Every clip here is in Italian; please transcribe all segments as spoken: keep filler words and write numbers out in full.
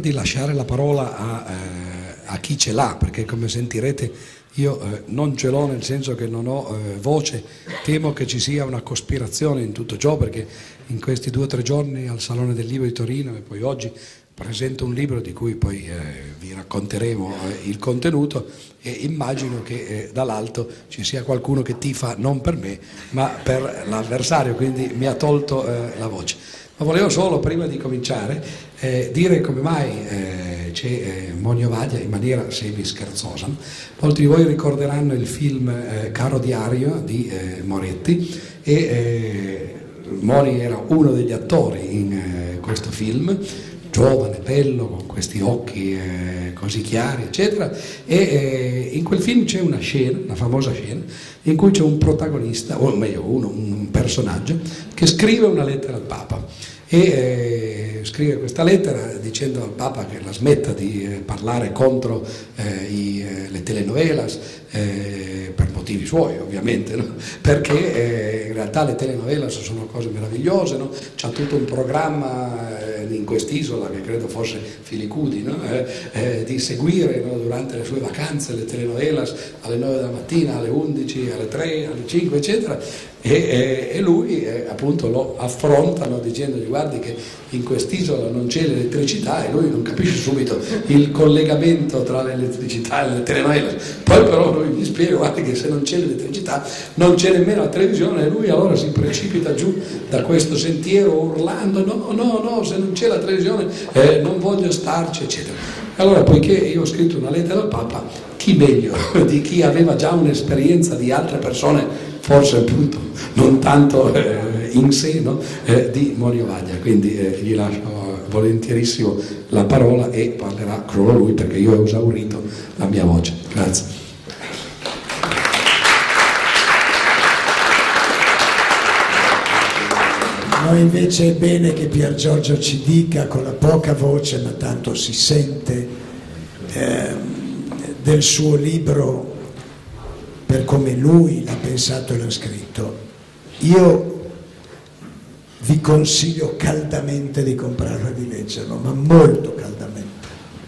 di lasciare la parola a, eh, a chi ce l'ha, perché come sentirete io eh, non ce l'ho, nel senso che non ho eh, voce. Temo che ci sia una cospirazione in tutto ciò, perché in questi due o tre giorni al Salone del Libro di Torino e poi oggi presento un libro di cui poi eh, vi racconteremo eh, il contenuto, e immagino che eh, dall'alto ci sia qualcuno che tifa non per me ma per l'avversario, quindi mi ha tolto eh, la voce. Ma volevo solo, prima di cominciare, eh, dire come mai eh, c'è eh, Monio Vadia in maniera semi-scherzosa. Molti di voi ricorderanno il film eh, Caro Diario di eh, Moretti, e eh, Moni era uno degli attori in eh, questo film, giovane, bello, con questi occhi eh, così chiari, eccetera, e eh, in quel film c'è una scena, una famosa scena, in cui c'è un protagonista, o meglio uno, un personaggio, che scrive una lettera al Papa, e eh, scrive questa lettera dicendo al Papa che la smetta di eh, parlare contro eh, i, eh, le telenovelas, eh, per motivi suoi ovviamente, no? Perché eh, in realtà le telenovelas sono cose meravigliose, no? C'ha tutto un programma eh, in quest'isola, che credo fosse Filicudi, no? eh, eh, di seguire, no? Durante le sue vacanze le telenovelas alle nove della mattina, alle undici, alle tre, alle cinque, eccetera. E, e, e lui eh, appunto lo affrontano dicendogli: guardi che in quest'isola non c'è l'elettricità, e lui non capisce subito il collegamento tra l'elettricità e le telenovelas. Poi però lui gli spiega: guardi che se non c'è l'elettricità non c'è nemmeno la televisione, e lui allora si precipita giù da questo sentiero urlando: no, no, no, se non c'è la televisione eh, non voglio starci, eccetera. Allora, poiché io ho scritto una lettera al Papa, chi meglio di chi aveva già un'esperienza di altre persone, forse appunto non tanto eh, in seno, eh, di Monio Vadia. Quindi eh, gli lascio volentierissimo la parola e parlerà solo lui, perché io ho esaurito la mia voce. Grazie. Noi invece è bene che Pier Giorgio ci dica, con la poca voce ma tanto si sente, eh, del suo libro, per come lui l'ha pensato e l'ha scritto. Io vi consiglio caldamente di comprarlo e di leggerlo, ma molto caldamente.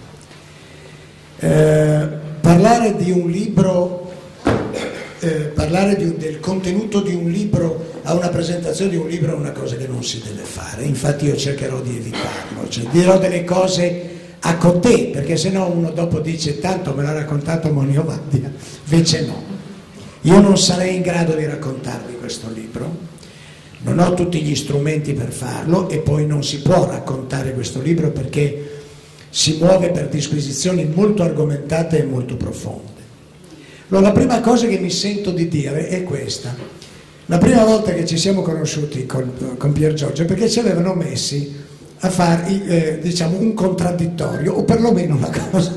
Eh, parlare di un libro, eh, parlare di un, del contenuto di un libro a una presentazione di un libro è una cosa che non si deve fare, infatti io cercherò di evitarlo, cioè dirò delle cose a cotè, perché sennò uno dopo dice: tanto me l'ha raccontato Monio Vadia, invece no. Io non sarei in grado di raccontarvi questo libro, non ho tutti gli strumenti per farlo, e poi non si può raccontare questo libro perché si muove per disquisizioni molto argomentate e molto profonde. Allora, la prima cosa che mi sento di dire è questa. La prima volta che ci siamo conosciuti con, con Pier Giorgio, perché ci avevano messi a fare eh, diciamo un contraddittorio, o perlomeno una cosa,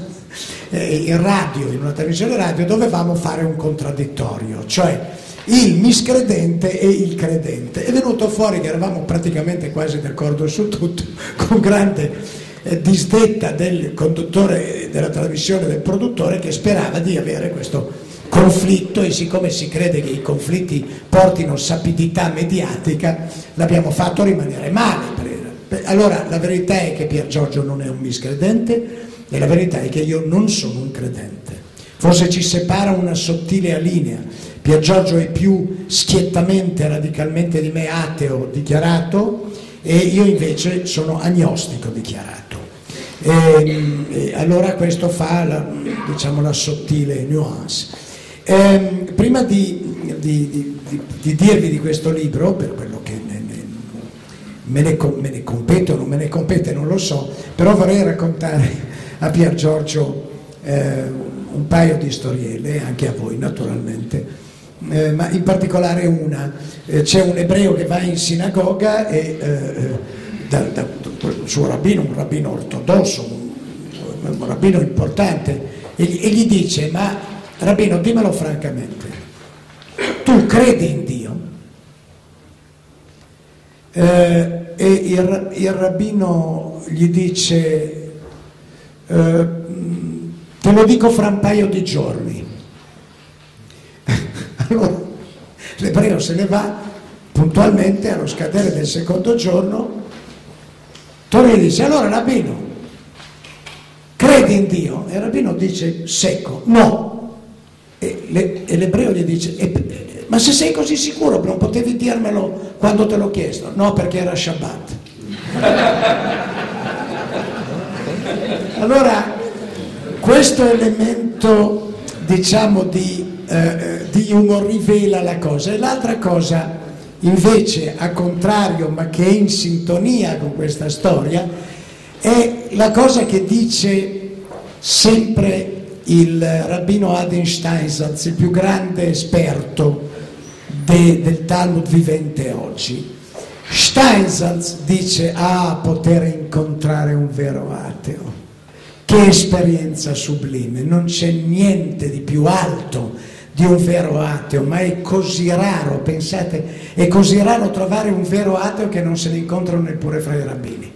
in radio, in una trasmissione radio dovevamo fare un contraddittorio, cioè il miscredente e il credente. È venuto fuori che eravamo praticamente quasi d'accordo su tutto, con grande eh, disdetta del conduttore della trasmissione, del produttore, che sperava di avere questo conflitto, e siccome si crede che i conflitti portino sapidità mediatica, l'abbiamo fatto rimanere male. Allora la verità è che Pier Giorgio non è un miscredente, e la verità è che io non sono un credente. Forse ci separa una sottile linea. Pier Giorgio è più schiettamente, radicalmente di me ateo dichiarato, e io invece sono agnostico dichiarato. E, e allora questo fa la, diciamo, la sottile nuance. E, prima di, di, di, di, di dirvi di questo libro, per quello che ne, ne, me, ne, me ne compete o non me ne compete non lo so, però vorrei raccontare a Pier Giorgio eh, un paio di storielle, anche a voi naturalmente, eh, ma in particolare una. Eh, c'è un ebreo che va in sinagoga e eh, da, da, il suo rabbino, un rabbino ortodosso, un, un rabbino importante, e gli, e gli dice: ma rabbino, dimmelo francamente, tu credi in Dio? Eh, e il, il rabbino gli dice: Uh, te lo dico fra un paio di giorni. Allora l'ebreo se ne va puntualmente, allo scadere del secondo giorno torna e dice: allora rabbino, credi in Dio? E il rabbino dice secco, no. E, le, e l'ebreo gli dice, e, ma se sei così sicuro non potevi dirmelo quando te l'ho chiesto? No, perché era Shabbat. Allora, questo elemento, diciamo, di, eh, di humor rivela la cosa. E l'altra cosa, invece, a contrario, ma che è in sintonia con questa storia, è la cosa che dice sempre il rabbino Adin Steinsaltz, il più grande esperto de, del Talmud vivente oggi. Steinsaltz dice: ah, poter incontrare un vero ateo, che esperienza sublime, non c'è niente di più alto di un vero ateo, ma è così raro, pensate, è così raro trovare un vero ateo che non se ne incontrano neppure fra i rabbini.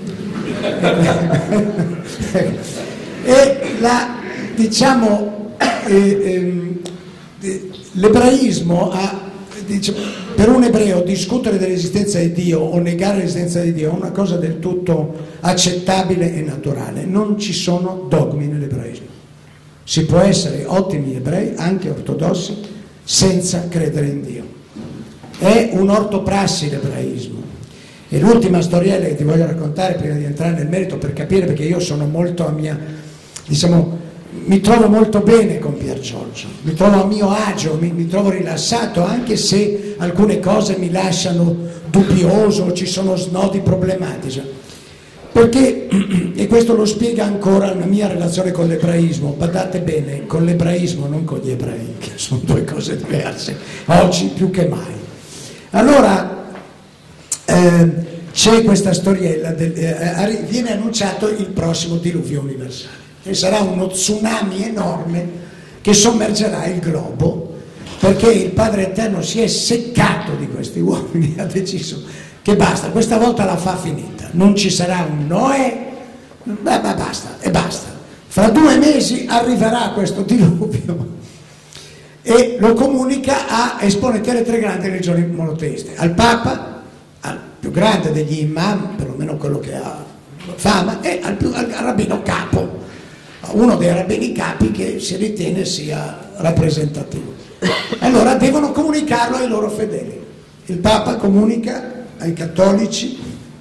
E la, diciamo, eh, eh, l'ebraismo ha, diciamo, per un ebreo discutere dell'esistenza di Dio o negare l'esistenza di Dio è una cosa del tutto accettabile e naturale. Non ci sono dogmi nell'ebraismo. Si può essere ottimi ebrei, anche ortodossi, senza credere in Dio. È un ortoprassi l'ebraismo. E l'ultima storiella che ti voglio raccontare prima di entrare nel merito, per capire, perché io sono molto a mia, diciamo, mi trovo molto bene con Pier Giorgio, mi trovo a mio agio, mi, mi trovo rilassato, anche se alcune cose mi lasciano dubbioso, ci sono snodi problematici. Perché, e questo lo spiega ancora la mia relazione con l'ebraismo, badate bene, con l'ebraismo, non con gli ebrei, che sono due cose diverse, oggi più che mai. Allora, eh, c'è questa storiella, del, eh, viene annunciato il prossimo diluvio universale, e sarà uno tsunami enorme che sommergerà il globo, perché il Padre Eterno si è seccato di questi uomini, ha deciso che basta, questa volta la fa finita, non ci sarà un Noè, ma basta, e basta. Fra due mesi arriverà questo diluvio e lo comunica a esponenti delle tre grandi religioni monoteiste, al Papa, al più grande degli imam, perlomeno quello che ha fama, e al, più, al rabbino capo, uno dei rabbini capi che si ritiene sia rappresentativo. Allora devono comunicarlo ai loro fedeli. Il Papa comunica ai cattolici: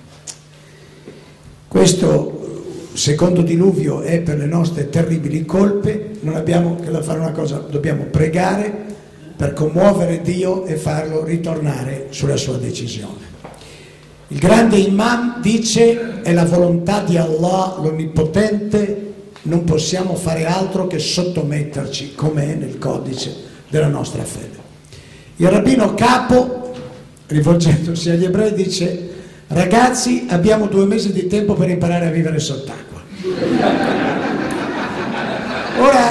questo secondo diluvio è per le nostre terribili colpe, non abbiamo che da fare una cosa, dobbiamo pregare per commuovere Dio e farlo ritornare sulla sua decisione. Il grande imam dice: è la volontà di Allah l'Onnipotente, non possiamo fare altro che sottometterci, come è nel codice della nostra fede. Il rabbino capo, rivolgendosi agli ebrei, dice: ragazzi, abbiamo due mesi di tempo per imparare a vivere sott'acqua. Ora,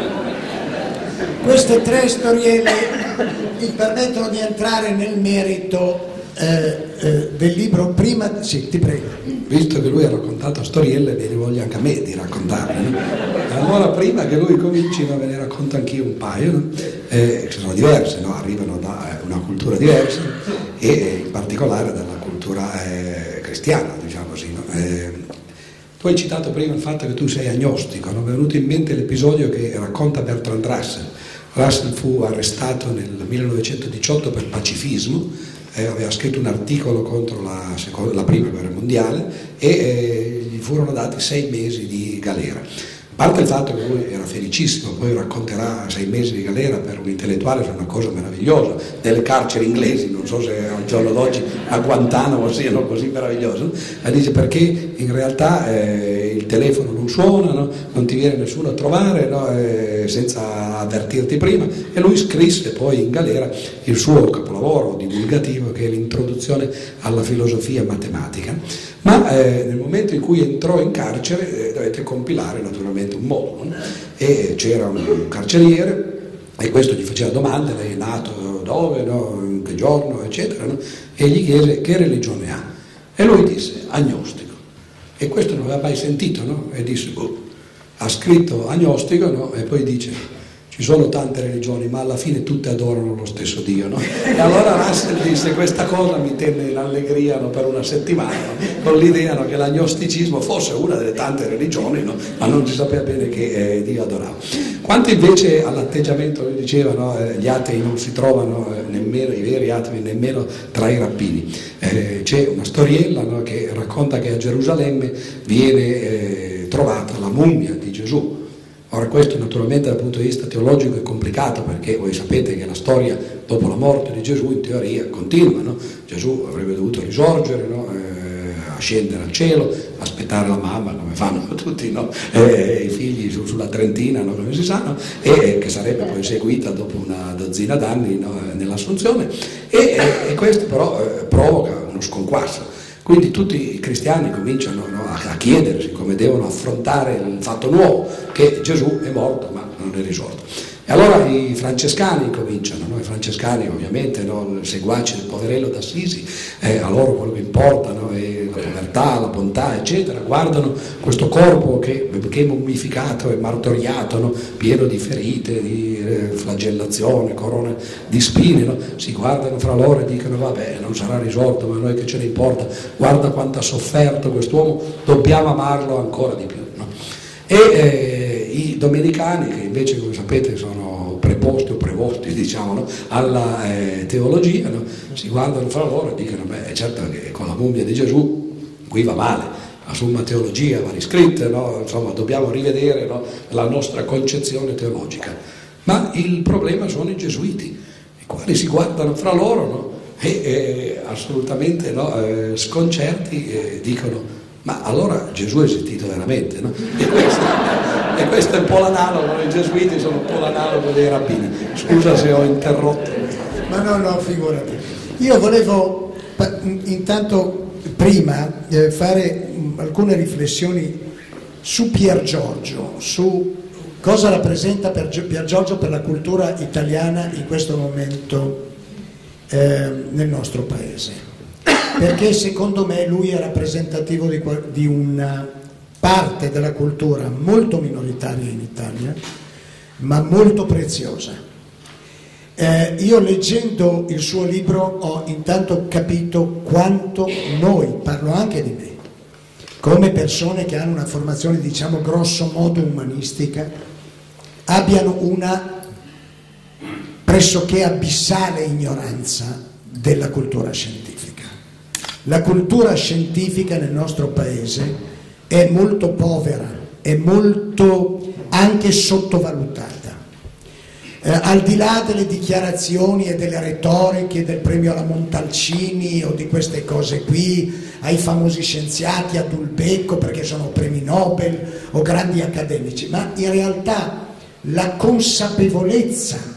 queste tre storielle mi permettono di entrare nel merito eh, eh, del libro. Prima, sì, ti prego. Visto che lui ha raccontato storielle, me ne voglio anche a me di raccontarle, no? Allora, prima che lui cominci, ve ne racconto anch'io un paio, no? eh, che sono diverse, no? Arrivano da una cultura diversa, e in particolare dalla cultura eh, cristiana, diciamo così, no? eh, tu hai citato prima il fatto che tu sei agnostico, no? Mi è venuto in mente l'episodio che racconta Bertrand Russell. Russell fu arrestato nel millenovecentodiciotto per pacifismo, eh, aveva scritto un articolo contro la, seconda, la prima guerra mondiale, e eh, gli furono dati sei mesi di galera. A parte il fatto che lui era felicissimo, poi racconterà sei mesi di galera per un intellettuale, è una cosa meravigliosa, nelle carceri inglesi, non so se al giorno d'oggi a Guantanamo siano così meravigliose, ma dice perché in realtà eh, il telefono non suona, no? Non ti viene nessuno a trovare, no? eh, senza avvertirti prima, e lui scrisse poi in galera il suo capolavoro divulgativo, che è l'introduzione alla filosofia matematica. Ma eh, nel momento in cui entrò in carcere eh, dovette compilare naturalmente un modo, no? E c'era un carceriere e questo gli faceva domande: lei è nato dove, no? In che giorno, eccetera, no? E gli chiese che religione ha, e lui disse agnostico, e questo non aveva mai sentito, no? E disse boh, ha scritto agnostico, no? E poi dice ci sono tante religioni, ma alla fine tutte adorano lo stesso Dio, no? E allora Russell disse: questa cosa mi tenne in allegria, no, per una settimana, no? Con l'idea, no, che l'agnosticismo fosse una delle tante religioni, no? Ma non si sapeva bene che eh, Dio adorava. Quanto invece all'atteggiamento, lui diceva, no, eh, gli atei non si trovano eh, nemmeno, i veri atei nemmeno tra i rabbini. Eh, c'è una storiella, no, che racconta che a Gerusalemme viene eh, trovata la mummia di Gesù. Ora questo naturalmente dal punto di vista teologico è complicato, perché voi sapete che la storia dopo la morte di Gesù in teoria continua, no? Gesù avrebbe dovuto risorgere, no? eh, ascendere al cielo, aspettare la mamma come fanno tutti, no? eh, i figli su, sulla trentina, no? Come si sa, no? e che sarebbe poi seguita dopo una dozzina d'anni, no? nell'Assunzione, e, e questo però eh, provoca uno sconquasso. Quindi tutti i cristiani cominciano, no, a chiedersi come devono affrontare il fatto nuovo, che Gesù è morto ma non è risorto. E allora i francescani cominciano, no? I francescani ovviamente, no, seguaci del poverello d'Assisi, eh, a loro quello che importa, no, è la povertà, la bontà, eccetera, guardano questo corpo che, che è mummificato e martoriato, no, pieno di ferite, di eh, flagellazione, corona di spine, no? Si guardano fra loro e dicono: vabbè, non sarà risorto, ma a noi che ce ne importa, guarda quanto ha sofferto quest'uomo, dobbiamo amarlo ancora di più, no? E eh, i domenicani, che invece, come sapete, sono preposti o prevosti, diciamo, no, alla eh, teologia, no, si guardano fra loro e dicono: beh, è certo che con la mummia di Gesù qui va male, la Summa Teologia va riscritta, no? Insomma, dobbiamo rivedere, no, la nostra concezione teologica. Ma il problema sono i gesuiti, i quali si guardano fra loro, no, e eh, assolutamente, no, eh, sconcerti eh, dicono: ma allora Gesù è esistito veramente, no? E questo, e questo è un po' l'analogo, i gesuiti sono un po' l'analogo dei rabbini. Scusa se ho interrotto. Ma no, no, figurati. Io volevo intanto prima eh, fare alcune riflessioni su Pier Giorgio, su cosa rappresenta per Pier Giorgio per la cultura italiana in questo momento eh, nel nostro paese. Perché secondo me lui è rappresentativo di, di una parte della cultura molto minoritaria in Italia, ma molto preziosa. Eh, io leggendo il suo libro ho intanto capito quanto noi, parlo anche di me, come persone che hanno una formazione, diciamo, grosso modo umanistica, abbiano una pressoché abissale ignoranza della cultura scientifica. La cultura scientifica nel nostro paese è molto povera, è molto anche sottovalutata. Eh, al di là delle dichiarazioni e delle retoriche del premio alla Montalcini o di queste cose qui, ai famosi scienziati a Dulbecco perché sono premi Nobel o grandi accademici, ma in realtà la consapevolezza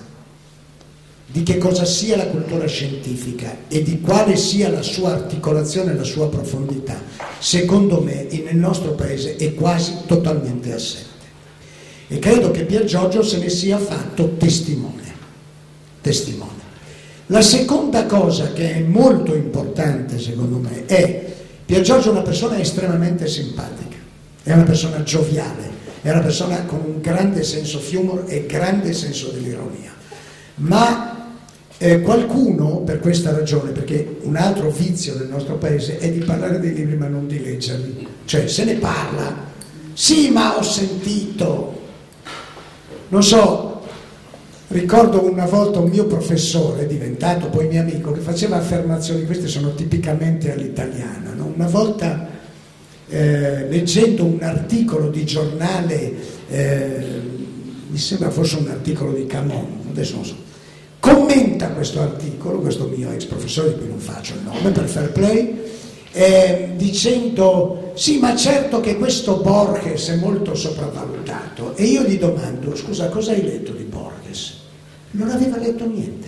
di che cosa sia la cultura scientifica e di quale sia la sua articolazione e la sua profondità, secondo me nel nostro paese è quasi totalmente assente. E credo che Pier Giorgio se ne sia fatto testimone. testimone. La seconda cosa che è molto importante secondo me è Pier Giorgio è una persona estremamente simpatica, è una persona gioviale, è una persona con un grande senso of humor e grande senso dell'ironia. Ma Eh, qualcuno, per questa ragione, perché un altro vizio del nostro paese è di parlare dei libri ma non di leggerli, cioè se ne parla, sì ma ho sentito, non so, ricordo una volta un mio professore, diventato poi mio amico, che faceva affermazioni, queste sono tipicamente all'italiana, no? Una volta eh, leggendo un articolo di giornale, eh, mi sembra fosse un articolo di Camon, adesso non so, commenta questo articolo, questo mio ex professore di cui non faccio il nome per fair play, eh, dicendo sì ma certo che questo Borges è molto sopravvalutato, e io gli domando: scusa, cosa hai letto di Borges? Non aveva letto niente.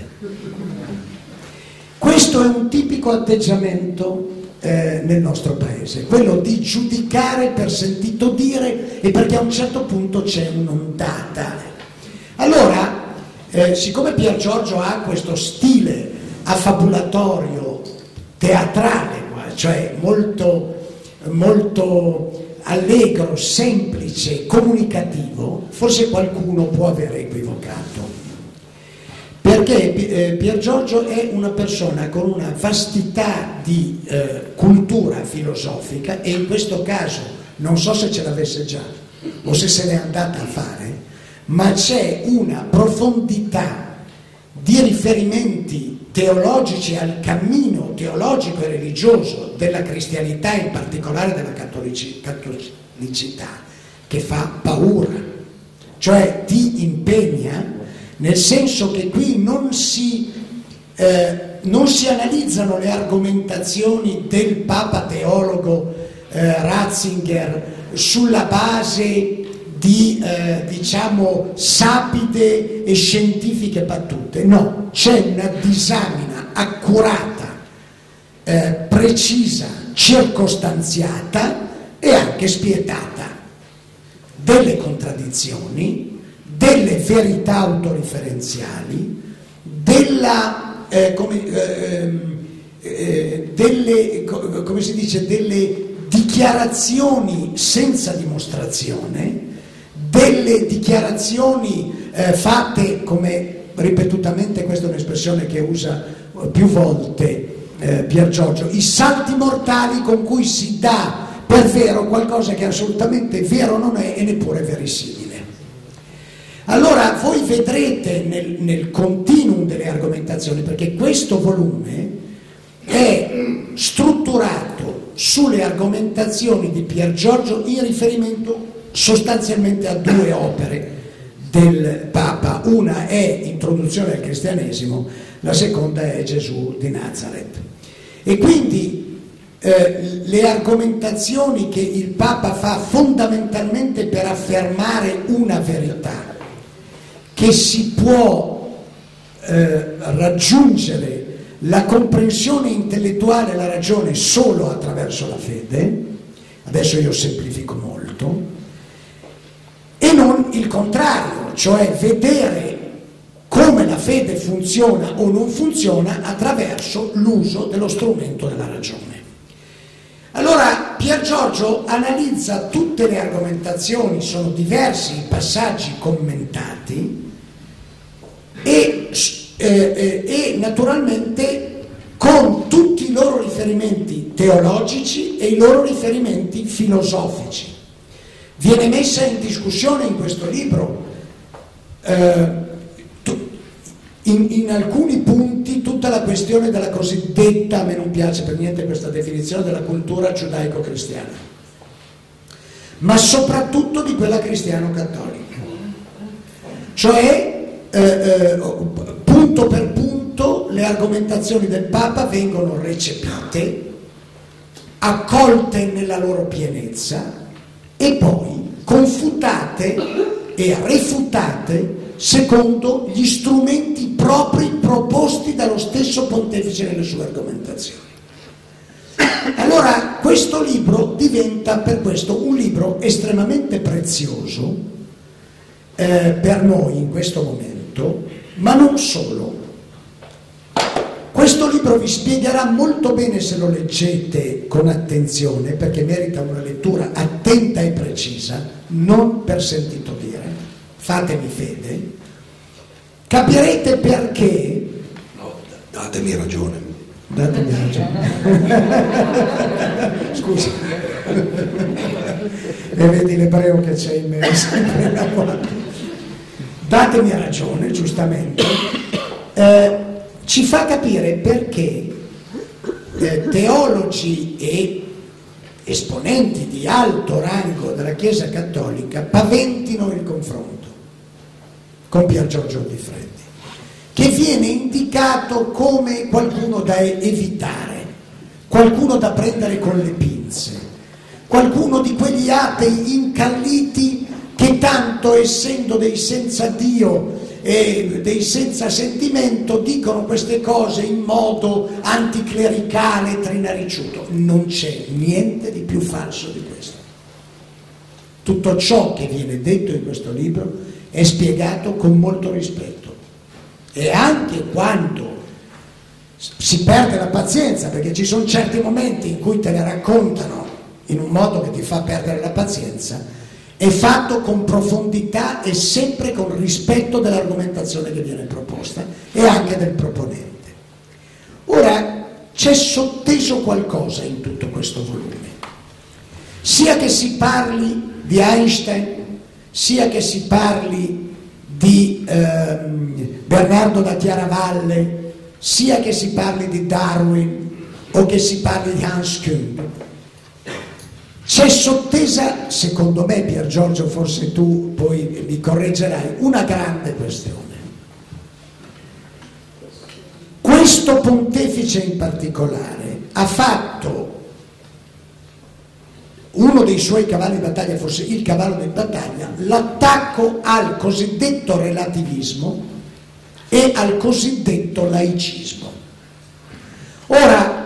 Questo è un tipico atteggiamento eh, nel nostro paese, quello di giudicare per sentito dire e perché a un certo punto c'è un'ondata. Allora Eh, siccome Pier Giorgio ha questo stile affabulatorio teatrale, cioè molto, molto allegro, semplice, comunicativo, forse qualcuno può aver equivocato. Perché eh, Pier Giorgio è una persona con una vastità di eh, cultura filosofica, e in questo caso non so se ce l'avesse già o se se n'è andata a fare, ma c'è una profondità di riferimenti teologici al cammino teologico e religioso della cristianità, in particolare della cattolici, cattolicità, che fa paura, cioè ti impegna, nel senso che qui non si, eh, non si analizzano le argomentazioni del Papa teologo eh, Ratzinger sulla base di eh, diciamo sapide e scientifiche battute. No, c'è una disamina accurata, eh, precisa, circostanziata e anche spietata delle contraddizioni, delle verità autoreferenziali, della eh, come, eh, eh, delle, come si dice, delle dichiarazioni senza dimostrazione, delle dichiarazioni eh, fatte, come ripetutamente, questa è un'espressione che usa più volte eh, Pier Giorgio, i salti mortali con cui si dà per vero qualcosa che assolutamente vero non è e neppure verosimile. Allora voi vedrete nel, nel continuum delle argomentazioni, perché questo volume è strutturato sulle argomentazioni di Pier Giorgio in riferimento sostanzialmente a due opere del Papa. Una è Introduzione al cristianesimo, la seconda è Gesù di Nazareth. E quindi eh, le argomentazioni che il Papa fa fondamentalmente per affermare una verità, che si può eh, raggiungere la comprensione intellettuale e la ragione solo attraverso la fede, adesso io semplifico molto, e non il contrario, cioè vedere come la fede funziona o non funziona attraverso l'uso dello strumento della ragione. Allora Pier Giorgio analizza tutte le argomentazioni, sono diversi i passaggi commentati, e, eh, e naturalmente con tutti i loro riferimenti teologici e i loro riferimenti filosofici. Viene messa in discussione in questo libro eh, in, in alcuni punti tutta la questione della cosiddetta, a me non piace per niente questa definizione, della cultura giudaico-cristiana, ma soprattutto di quella cristiano-cattolica, cioè eh, eh, punto per punto le argomentazioni del Papa vengono recepite, accolte nella loro pienezza e poi confutate e refutate secondo gli strumenti propri proposti dallo stesso pontefice nelle sue argomentazioni. Allora questo libro diventa per questo un libro estremamente prezioso eh, per noi in questo momento, ma non solo. Questo libro vi spiegherà molto bene, se lo leggete con attenzione, perché merita una lettura attenta e precisa, non per sentito dire, fatemi fede, capirete perché. No, datemi ragione. Datemi ragione. Scusa. E vedi l'ebreo che c'è in me sempre in avanti. Datemi ragione, giustamente. Eh, ci fa capire perché eh, teologi e esponenti di alto rango della Chiesa Cattolica paventino il confronto con Pier Giorgio Diffretti, che viene indicato come qualcuno da evitare, qualcuno da prendere con le pinze, qualcuno di quegli atei incalliti che tanto, essendo dei senza Dio e dei senza sentimento, dicono queste cose in modo anticlericale, trinariciuto. Non c'è niente di più falso di questo. Tutto ciò che viene detto in questo libro è spiegato con molto rispetto, e anche quando si perde la pazienza, perché ci sono certi momenti in cui te ne raccontano in un modo che ti fa perdere la pazienza, è fatto con profondità e sempre con rispetto dell'argomentazione che viene proposta e anche del proponente. Ora, c'è sotteso qualcosa in tutto questo volume, sia che si parli di Einstein, sia che si parli di ehm, Bernardo da Chiaravalle, sia che si parli di Darwin o che si parli di Hans Kuhn. C'è sottesa, secondo me, Pier Giorgio, forse tu poi mi correggerai, una grande questione. Questo pontefice in particolare ha fatto uno dei suoi cavalli di battaglia, forse il cavallo di battaglia, l'attacco al cosiddetto relativismo e al cosiddetto laicismo. Ora,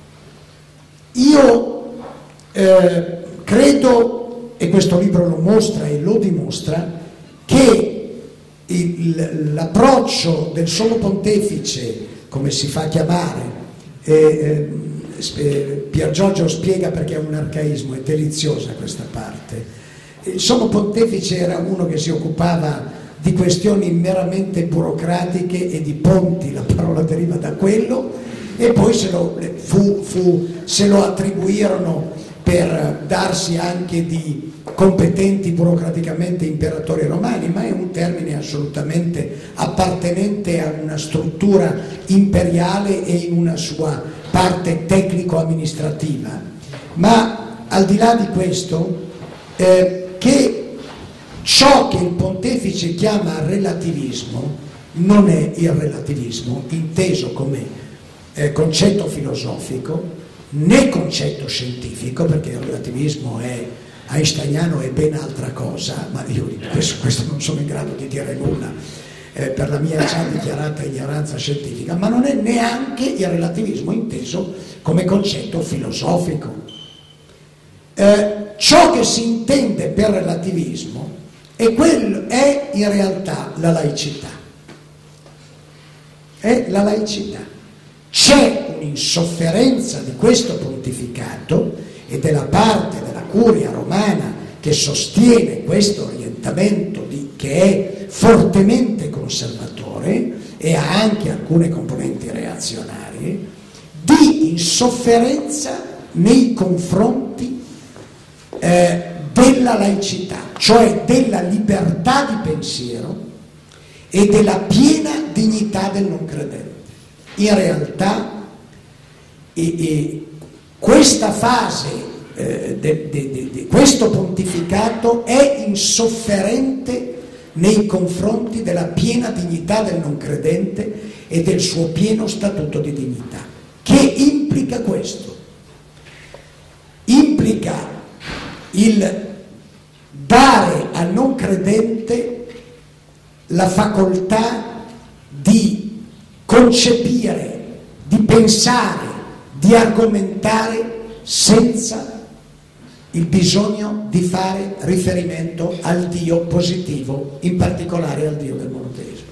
io eh, credo, e questo libro lo mostra e lo dimostra, che il, l'approccio del Sommo Pontefice, come si fa chiamare, eh, eh, Pier Giorgio spiega perché è un arcaismo, è deliziosa questa parte. Il Sommo Pontefice era uno che si occupava di questioni meramente burocratiche e di ponti, la parola deriva da quello, e poi se lo, fu, fu, se lo attribuirono per darsi anche di competenti burocraticamente imperatori romani, ma è un termine assolutamente appartenente a una struttura imperiale e in una sua parte tecnico-amministrativa. Ma al di là di questo, eh, che ciò che il pontefice chiama relativismo non è il relativismo inteso come eh, concetto filosofico né concetto scientifico, perché il relativismo è einsteiniano, è ben altra cosa, ma io di questo, questo non sono in grado di dire nulla eh, per la mia già dichiarata ignoranza scientifica, ma non è neanche il relativismo inteso come concetto filosofico. Eh, ciò che si intende per relativismo è, quello, è in realtà la laicità. È la laicità. C'è un'insofferenza di questo pontificato e della parte della curia romana che sostiene questo orientamento di, che è fortemente conservatore e ha anche alcune componenti reazionarie, di insofferenza nei confronti eh, della laicità, cioè della libertà di pensiero e della piena dignità del non credente. In realtà e, e questa fase, eh, de, de, de, de, questo pontificato è insofferente nei confronti della piena dignità del non credente e del suo pieno statuto di dignità. Che implica questo? Implica il dare al non credente la facoltà di concepire, di pensare, di argomentare senza il bisogno di fare riferimento al Dio positivo, in particolare al Dio del monoteismo.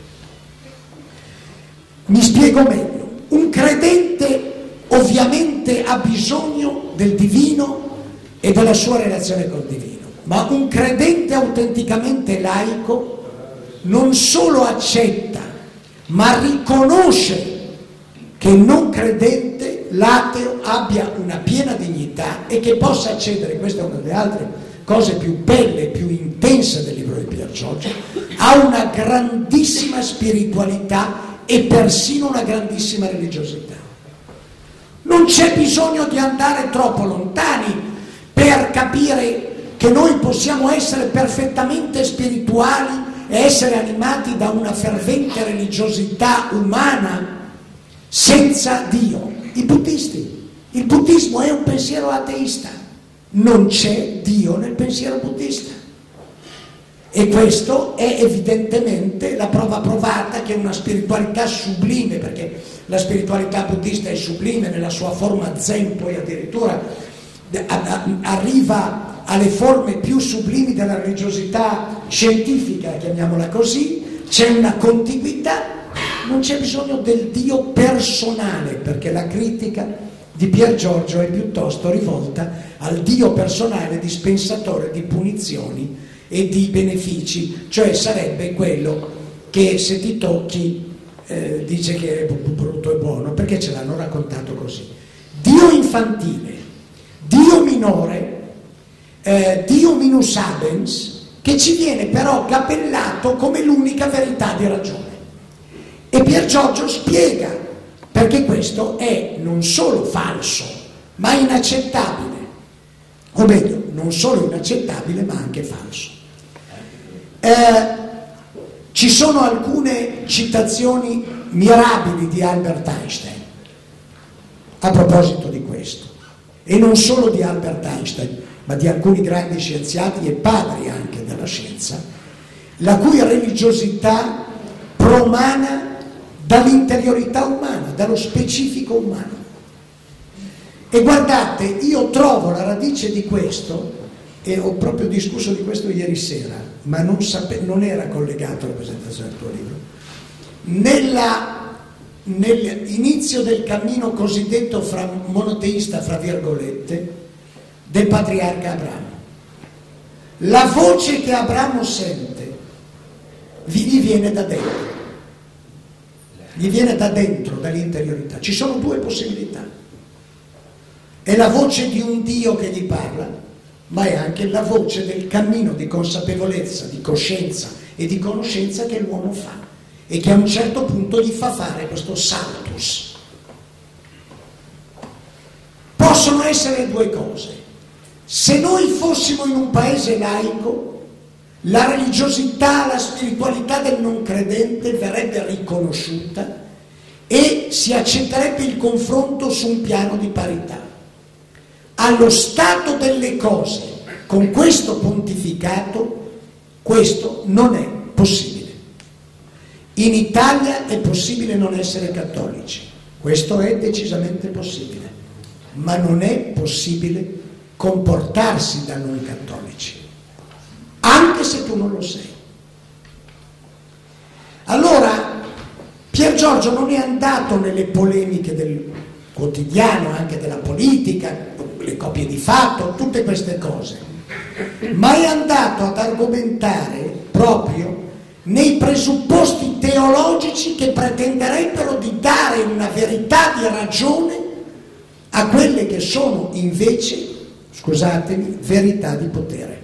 Mi spiego meglio. Un credente ovviamente ha bisogno del divino e della sua relazione col divino, ma un credente autenticamente laico non solo accetta, ma riconosce che il non credente, l'ateo, abbia una piena dignità e che possa accedere, questa è una delle altre cose più belle e più intense del libro di Pier Giorgio, a una grandissima spiritualità e persino una grandissima religiosità. Non c'è bisogno di andare troppo lontani per capire che noi possiamo essere perfettamente spirituali e essere animati da una fervente religiosità umana senza Dio. I buddisti, il buddismo è un pensiero ateista, non c'è Dio nel pensiero buddista, e questo è evidentemente la prova provata che una spiritualità sublime, perché la spiritualità buddista è sublime nella sua forma zen, poi addirittura arriva alle forme più sublimi della religiosità scientifica, chiamiamola così, c'è una contiguità, non c'è bisogno del Dio personale, perché la critica di Pier Giorgio è piuttosto rivolta al Dio personale dispensatore di punizioni e di benefici, cioè sarebbe quello che se ti tocchi eh, dice che è brutto e buono, perché ce l'hanno raccontato così. Dio infantile, Dio minore, eh, Dio minus abens, che ci viene però capellato come l'unica verità di ragione. E Pier Giorgio spiega perché questo è non solo falso, ma inaccettabile, o meglio, non solo inaccettabile, ma anche falso. Eh, ci sono alcune citazioni mirabili di Albert Einstein a proposito di questo, e non solo di Albert Einstein, ma di alcuni grandi scienziati e padri anche della scienza, la cui religiosità promana dall'interiorità umana, dallo specifico umano. E guardate, io trovo la radice di questo, e ho proprio discusso di questo ieri sera, ma non, sape- non era collegato alla presentazione del tuo libro, nella, nell'inizio del cammino cosiddetto fra, monoteista, fra virgolette, del patriarca Abramo. La voce che Abramo sente gli viene da dentro. Gli viene da dentro, dall'interiorità. Ci sono due possibilità. È la voce di un Dio che gli parla, ma è anche la voce del cammino di consapevolezza, di coscienza e di conoscenza che l'uomo fa e che a un certo punto gli fa fare questo saltus. Possono essere due cose. Se noi fossimo in un paese laico, la religiosità, la spiritualità del non credente verrebbe riconosciuta e si accetterebbe il confronto su un piano di parità. Allo stato delle cose, con questo pontificato, questo non è possibile. In Italia è possibile non essere cattolici, questo è decisamente possibile, ma non è possibile comportarsi da non cattolici, anche se tu non lo sei. Allora, Pier Giorgio non è andato nelle polemiche del quotidiano, anche della politica, le copie di fatto, tutte queste cose, ma è andato ad argomentare proprio nei presupposti teologici che pretenderebbero di dare una verità di ragione a quelle che sono invece, scusatemi, verità di potere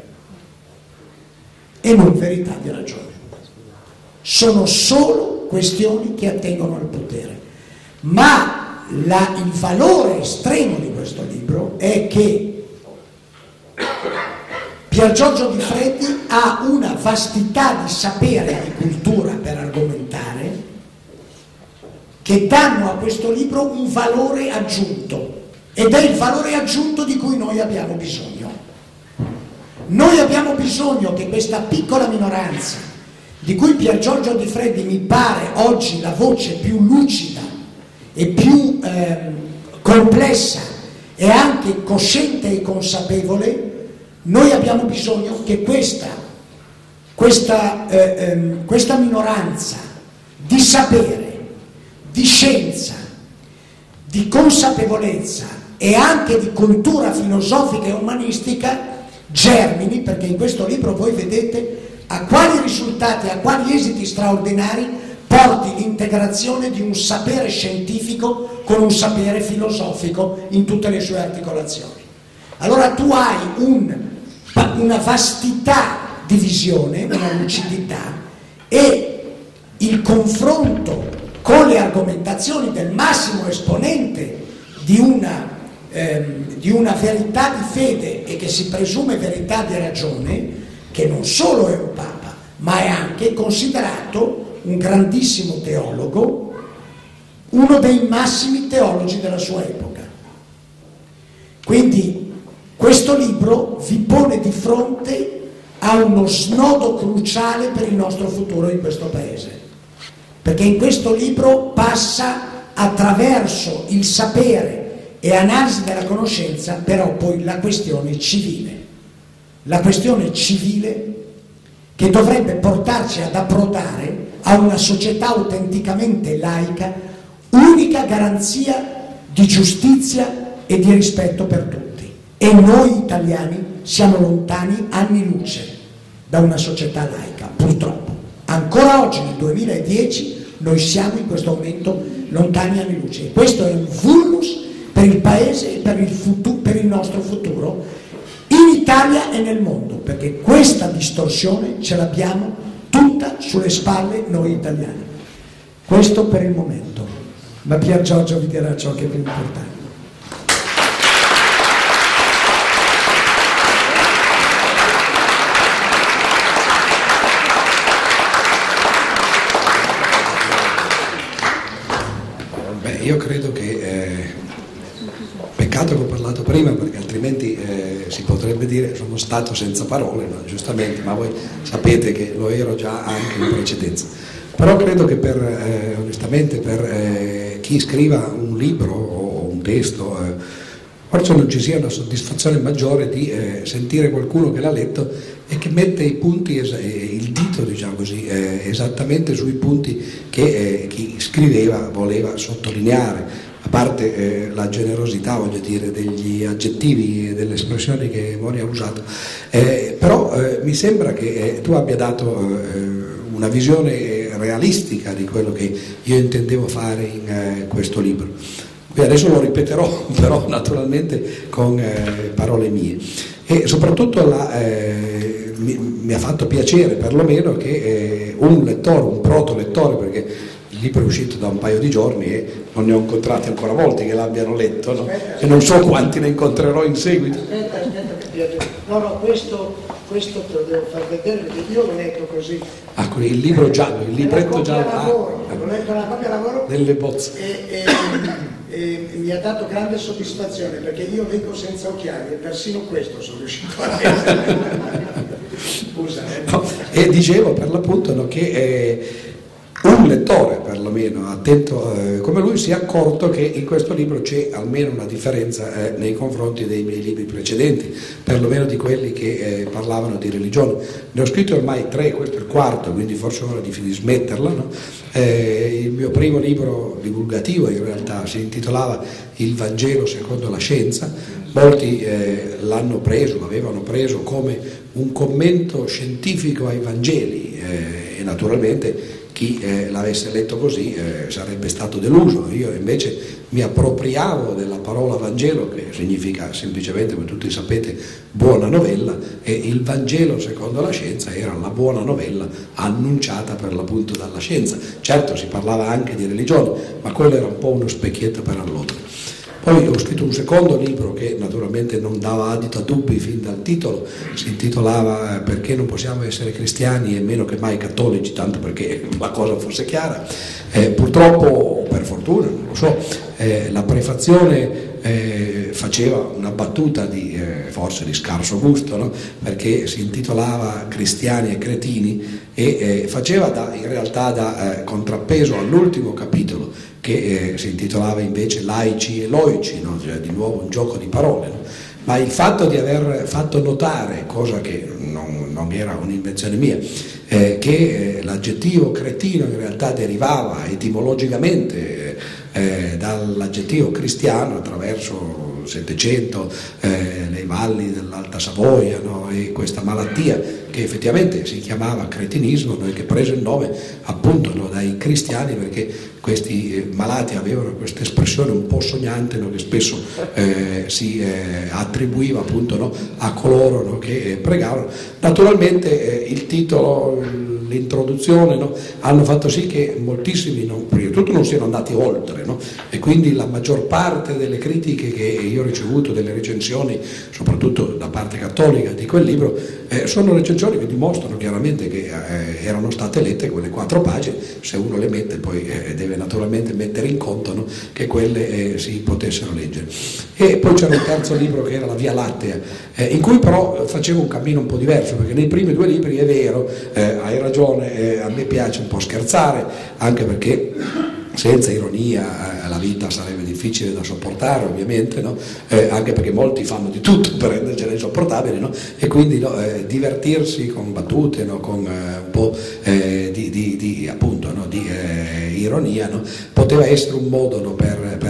e non verità di ragione. Sono solo questioni che attengono al potere, ma la, il valore estremo di questo libro è che Pier Giorgio Di Freddi ha una vastità di sapere e di cultura per argomentare che danno a questo libro un valore aggiunto, ed è il valore aggiunto di cui noi abbiamo bisogno. Noi abbiamo bisogno che questa piccola minoranza, di cui Pier Giorgio Di Freddi mi pare oggi la voce più lucida e più eh, complessa e anche cosciente e consapevole, noi abbiamo bisogno che questa, questa, eh, ehm, questa minoranza di sapere, di scienza, di consapevolezza e anche di cultura filosofica e umanistica germini, perché in questo libro voi vedete a quali risultati, a quali esiti straordinari porti l'integrazione di un sapere scientifico con un sapere filosofico in tutte le sue articolazioni. Allora tu hai un, una vastità di visione, una lucidità, e il confronto con le argomentazioni del massimo esponente di una, ehm, di una verità di fede e che si presume verità di ragione, che non solo è un papa, ma è anche considerato un grandissimo teologo, uno dei massimi teologi della sua epoca. Quindi questo libro vi pone di fronte a uno snodo cruciale per il nostro futuro in questo paese, perché in questo libro passa attraverso il sapere e analisi della conoscenza però poi la questione civile, la questione civile che dovrebbe portarci ad approdare a una società autenticamente laica, unica garanzia di giustizia e di rispetto per tutti. E noi italiani siamo lontani anni luce da una società laica, purtroppo. Ancora oggi, nel duemiladieci, noi siamo in questo momento lontani anni luce. E questo è un vulnus per il Paese e per il, futuro, per il nostro futuro, in Italia e nel mondo, perché questa distorsione ce l'abbiamo tutta sulle spalle noi italiani. Questo per il momento, ma Pier Giorgio vi dirà ciò che è più importante. Beh, io credo che eh... peccato che ho parlato prima, perché altrimenti eh, si potrebbe dire sono stato senza parole, no? Giustamente, ma voi sapete che lo ero già anche in precedenza. Però credo che per, eh, onestamente, per eh, chi scriva un libro o un testo, eh, forse non ci sia una soddisfazione maggiore di eh, sentire qualcuno che l'ha letto e che mette i punti, es- il dito, diciamo così, eh, esattamente sui punti che eh, chi scriveva voleva sottolineare. A parte eh, la generosità, voglio dire, degli aggettivi e delle espressioni che Moni ha usato, eh, però eh, mi sembra che eh, tu abbia dato eh, una visione realistica di quello che io intendevo fare in eh, questo libro. Qui adesso lo ripeterò, però naturalmente con eh, parole mie. E soprattutto la, eh, mi, mi ha fatto piacere perlomeno che eh, un lettore, un proto lettore, perché il libro è uscito da un paio di giorni e non ne ho incontrati ancora molti che l'abbiano letto, no? Aspetta, e non so quanti ne incontrerò in seguito. Aspetta, aspetta, no, no, questo, questo te lo devo far vedere perché io l'ho letto così. Ah, il libro giallo, il libretto giallo. Lavoro, ah, l'ho letto alla copia lavoro delle bozze. E, e, e mi ha dato grande soddisfazione perché io leggo senza occhiali e persino questo sono riuscito a leggere. Scusa. Eh. No, e dicevo per l'appunto no, che eh, un lettore perlomeno attento eh, come lui si è accorto che in questo libro c'è almeno una differenza eh, nei confronti dei miei libri precedenti, perlomeno di quelli che eh, parlavano di religione. Ne ho scritto ormai tre, questo è il quarto, quindi forse è ora di, di smetterla, no? Eh, il mio primo libro divulgativo in realtà si intitolava Il Vangelo secondo la scienza. Molti eh, l'hanno preso, l'avevano preso come un commento scientifico ai Vangeli eh, e naturalmente chi eh, l'avesse letto così eh, sarebbe stato deluso. Io invece mi appropriavo della parola Vangelo, che significa semplicemente, come tutti sapete, buona novella, e il Vangelo secondo la scienza era la buona novella annunciata per l'appunto dalla scienza. Certo si parlava anche di religione, ma quello era un po' uno specchietto per all'altro. Poi ho scritto un secondo libro che naturalmente non dava adito a dubbi fin dal titolo, si intitolava Perché non possiamo essere cristiani e meno che mai cattolici, tanto perché la cosa fosse chiara. Eh, purtroppo, per fortuna, non lo so, eh, la prefazione eh, faceva una battuta di, eh, forse di scarso gusto, no? Perché si intitolava Cristiani e cretini e eh, faceva da, in realtà da eh, contrappeso all'ultimo capitolo, che eh, si intitolava invece Laici e Loici, no? Cioè, di nuovo un gioco di parole, no? Ma il fatto di aver fatto notare, cosa che non, non era un'invenzione mia, eh, che eh, l'aggettivo cretino in realtà derivava etimologicamente eh, dall'aggettivo cristiano attraverso Settecento, eh, le valli dell'Alta Savoia, no? E questa malattia che effettivamente si chiamava cretinismo, no? E che prese il nome appunto, no? Dai cristiani, perché questi eh, malati avevano questa espressione un po' sognante, no? Che spesso eh, si eh, attribuiva appunto, no? A coloro, no? Che eh, pregavano. Naturalmente eh, il titolo, l'introduzione, no? Hanno fatto sì che moltissimi, no? Prima di tutto, non siano andati oltre, no? E quindi la maggior parte delle critiche che io ho ricevuto, delle recensioni, soprattutto da parte cattolica di quel libro, eh, sono recensioni che dimostrano chiaramente che eh, erano state lette quelle quattro pagine. Se uno le mette poi eh, deve naturalmente mettere in conto, no? Che quelle eh, si potessero leggere. E poi c'era un terzo libro che era La Via Lattea, eh, in cui però facevo un cammino un po' diverso, perché nei primi due libri è vero, eh, hai ragione, eh, a me piace un po' scherzare, anche perché senza ironia eh, la vita sarebbe difficile da sopportare, ovviamente, no? Eh, anche perché molti fanno di tutto per rendercela insopportabile, no? E quindi no, eh, divertirsi con battute, no? Con eh, un po' eh, di, di, di, appunto, no? Di eh, ironia, no? Poteva essere un modo, no? per, per alleviare.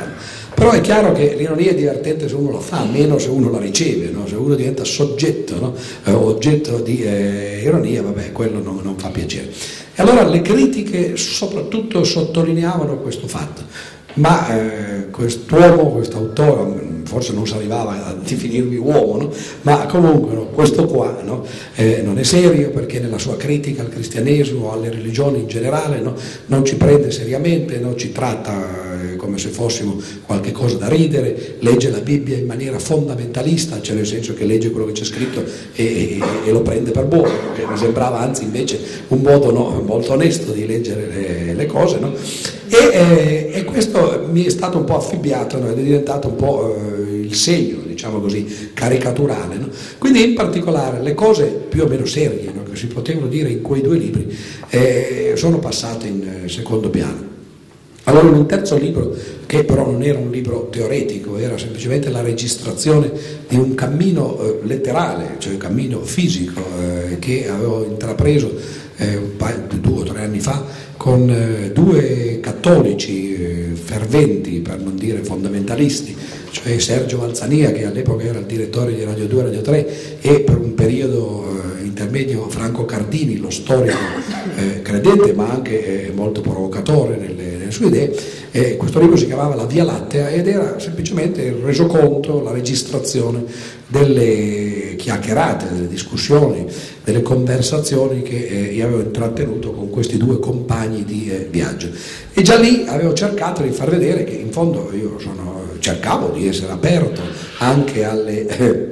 cristiano. Però è chiaro che l'ironia è divertente se uno la fa, meno se uno la riceve, no? Se uno diventa soggetto, no? eh, oggetto di eh, ironia, vabbè, quello non, non fa piacere. E allora le critiche soprattutto sottolineavano questo fatto, ma eh, quest'uomo, quest'autore, forse non si arrivava a definirmi uomo, no? Ma comunque no, questo qua no? eh, non è serio, perché nella sua critica al cristianesimo o alle religioni in generale no? non ci prende seriamente, non ci tratta eh, come se fossimo qualche cosa da ridere, legge la Bibbia in maniera fondamentalista, cioè nel senso che legge quello che c'è scritto e, e, e lo prende per buono, che mi sembrava anzi invece un modo no, molto onesto di leggere le, le cose, no? E, eh, e questo mi è stato un po' affibbiato, no? Ed è diventato un po' eh, il segno, diciamo così, caricaturale, no? Quindi in particolare le cose più o meno serie, no? Che si potevano dire in quei due libri eh, sono passate in eh, secondo piano. Allora in un terzo libro, che però non era un libro teoretico, era semplicemente la registrazione di un cammino eh, letterale, cioè un cammino fisico eh, che avevo intrapreso eh, un paio, due o tre anni fa con eh, due cattolici eh, ferventi, per non dire fondamentalisti, cioè Sergio Valzania, che all'epoca era il direttore di Radio due e Radio tre, e per un periodo eh, intermedio Franco Cardini, lo storico eh, credente ma anche eh, molto provocatore nelle, nelle sue idee. Eh, questo libro si chiamava La Via Lattea ed era semplicemente il resoconto, la registrazione delle chiacchierate, delle discussioni, delle conversazioni che eh, io avevo intrattenuto con questi due compagni di eh, viaggio. E già lì avevo cercato di far vedere che in fondo io sono, cercavo di essere aperto anche alle, eh,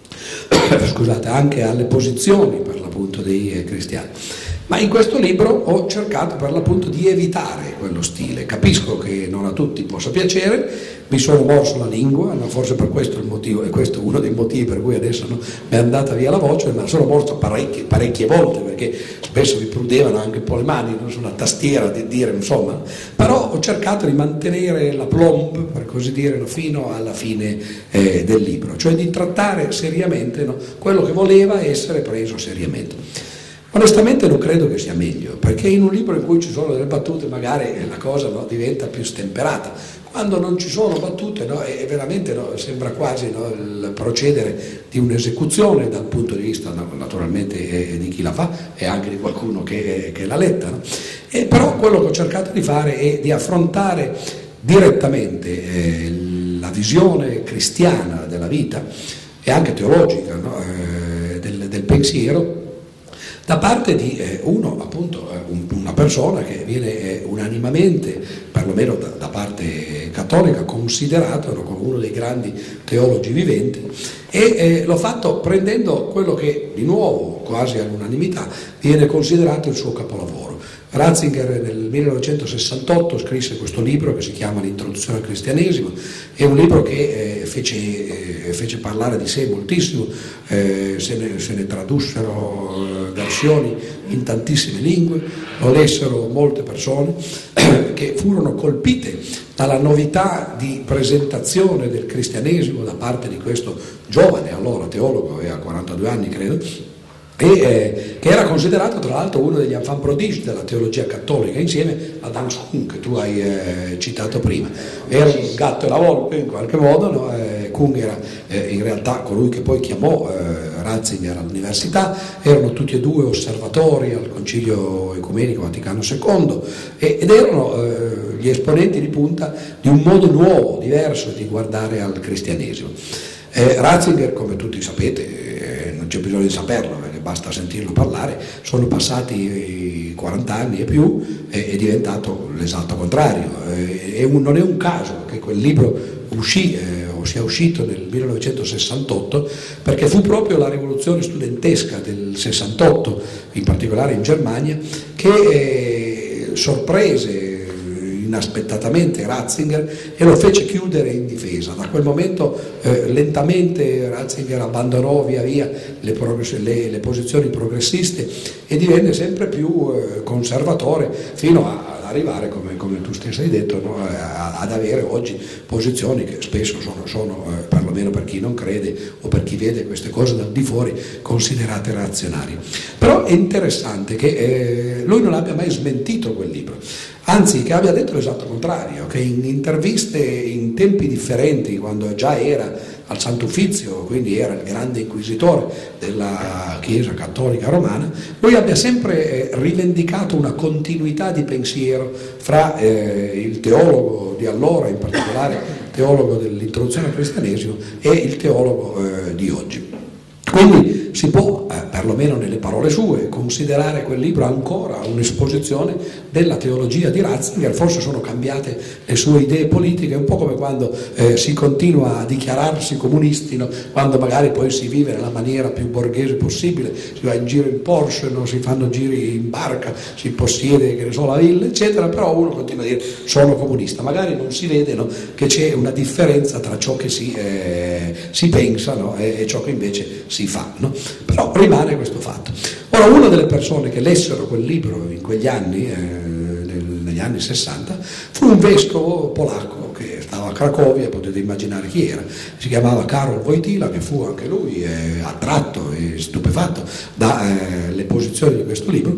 scusate, anche alle posizioni per l'appunto dei eh, cristiani. Ma in questo libro ho cercato per l'appunto di evitare quello stile. Capisco che non a tutti possa piacere, mi sono morso la lingua, no? Forse per questo il motivo, e questo è uno dei motivi per cui adesso no, mi è andata via la voce, ma sono morso parecchie, parecchie volte, perché spesso mi prudevano anche un po' le mani no, sulla tastiera di dire, insomma. Però ho cercato di mantenere la plomb, per così dire, no, fino alla fine eh, del libro, cioè di trattare seriamente no, quello che voleva essere preso seriamente. Onestamente non credo che sia meglio, perché in un libro in cui ci sono delle battute magari la cosa no, diventa più stemperata. Quando non ci sono battute no, è veramente no, sembra quasi no, il procedere di un'esecuzione dal punto di vista no, naturalmente eh, di chi la fa e anche di qualcuno che, che l'ha letta. No? E però quello che ho cercato di fare è di affrontare direttamente eh, la visione cristiana della vita e anche teologica no, eh, del, del pensiero, da parte di eh, uno, appunto, eh, un, una persona che viene eh, unanimamente, perlomeno da, da parte cattolica, considerato no, come uno dei grandi teologi viventi, e eh, l'ho fatto prendendo quello che, di nuovo, quasi all'unanimità, viene considerato il suo capolavoro. Ratzinger nel millenovecentosessantotto scrisse questo libro che si chiama L'introduzione al cristianesimo, è un libro che eh, fece, eh, fece parlare di sé moltissimo, eh, se, ne, se ne tradussero eh, versioni in tantissime lingue, lo lessero molte persone eh, che furono colpite dalla novità di presentazione del cristianesimo da parte di questo giovane, allora teologo, aveva quarantadue anni credo, e eh, che era considerato tra l'altro uno degli enfants prodige della teologia cattolica insieme ad Hans Kung, che tu hai eh, citato prima. Era il gatto e la volpe in qualche modo, no? eh, Kung era eh, in realtà colui che poi chiamò eh, Ratzinger all'università, erano tutti e due osservatori al Concilio Ecumenico Vaticano secondo e, ed erano eh, gli esponenti di punta di un modo nuovo, diverso di guardare al cristianesimo. Eh, Ratzinger, come tutti sapete, eh, non c'è bisogno di saperlo, perché basta sentirlo parlare, sono passati quaranta anni e più, eh, è diventato l'esatto contrario. Eh, è un, non è un caso che quel libro uscì, eh, o sia uscito nel millenovecentosessantotto, perché fu proprio la rivoluzione studentesca del sessantotto, in particolare in Germania, che eh, sorprese inaspettatamente Ratzinger e lo fece chiudere in difesa. Da quel momento eh, lentamente Ratzinger abbandonò via via le, le, le posizioni progressiste e divenne sempre più eh, conservatore fino a, ad arrivare, come, come tu stesso hai detto, no, a, ad avere oggi posizioni che spesso sono, sono eh, per perlomeno per chi non crede o per chi vede queste cose dal di fuori considerate reazionarie. Però è interessante che eh, lui non abbia mai smentito quel libro, anzi che abbia detto l'esatto contrario, che in interviste in tempi differenti, quando già era al Sant'Uffizio, quindi era il grande inquisitore della Chiesa Cattolica Romana, lui abbia sempre rivendicato una continuità di pensiero fra eh, il teologo di allora, in particolare teologo dell'introduzione al cristianesimo, e il teologo eh, di oggi. Quindi si può, eh, perlomeno nelle parole sue, considerare quel libro ancora un'esposizione della teologia di Ratzinger. Forse sono cambiate le sue idee politiche, un po' come quando eh, si continua a dichiararsi comunisti, no? Quando magari poi si vive nella maniera più borghese possibile, si va in giro in Porsche, non si fanno giri in barca, si possiede, che ne so, la villa, eccetera, però uno continua a dire sono comunista, magari non si vede, no, che c'è una differenza tra ciò che si, eh, si pensa, no, e, e ciò che invece si fa, no? Però rimane questo fatto. Ora, una delle persone che lessero quel libro in quegli anni, eh, nel, negli anni sessanta, fu un vescovo polacco che stava a Cracovia, potete immaginare chi era, si chiamava Karol Wojtyla, che fu anche lui eh, attratto e stupefatto dalle eh, posizioni di questo libro,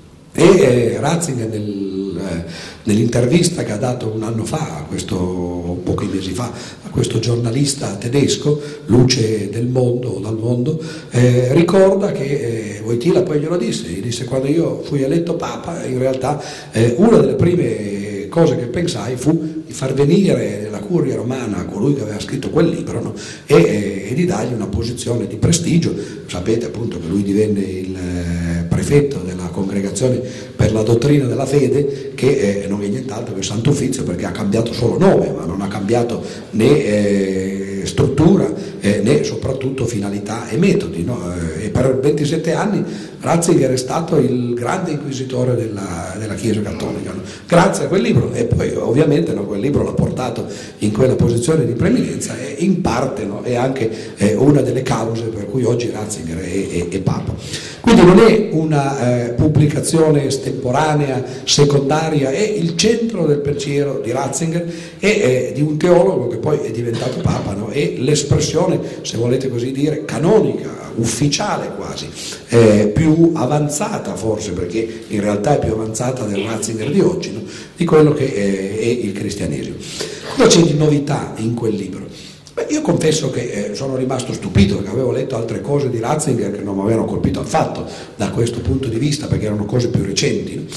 e eh, Ratzinger nel, eh, nell'intervista che ha dato un anno fa, a questo, pochi mesi fa, a questo giornalista tedesco, Luce del Mondo o dal Mondo, eh, ricorda che eh, Wojtyla poi glielo disse, gli disse: quando io fui eletto Papa, in realtà eh, una delle prime cose che pensai fu di far venire nella curia romana colui che aveva scritto quel libro, no? e, eh, e di dargli una posizione di prestigio. Sapete appunto che lui divenne il eh, prefetto della congregazione per la dottrina della fede, che eh, non è nient'altro che Sant'Uffizio, perché ha cambiato solo nome, ma non ha cambiato né eh, struttura eh, né soprattutto finalità e metodi, no? eh, e per ventisette anni Ratzinger è stato il grande inquisitore della, della Chiesa Cattolica, no? Grazie a quel libro, e poi ovviamente, no, quel libro l'ha portato in quella posizione di preeminenza, e in parte, no, è anche eh, una delle cause per cui oggi Ratzinger è, è, è Papa. Quindi non è una eh, pubblicazione estemporanea, secondaria, è il centro del pensiero di Ratzinger e eh, di un teologo che poi è diventato Papa, no? È l'espressione, se volete così dire, canonica, ufficiale quasi, eh, più avanzata forse, perché in realtà è più avanzata del Ratzinger di oggi, no? Di quello che eh, è il cristianesimo. Cosa c'è di novità in quel libro? Beh, io confesso che eh, sono rimasto stupito, perché avevo letto altre cose di Ratzinger che non mi avevano colpito affatto da questo punto di vista, perché erano cose più recenti, no?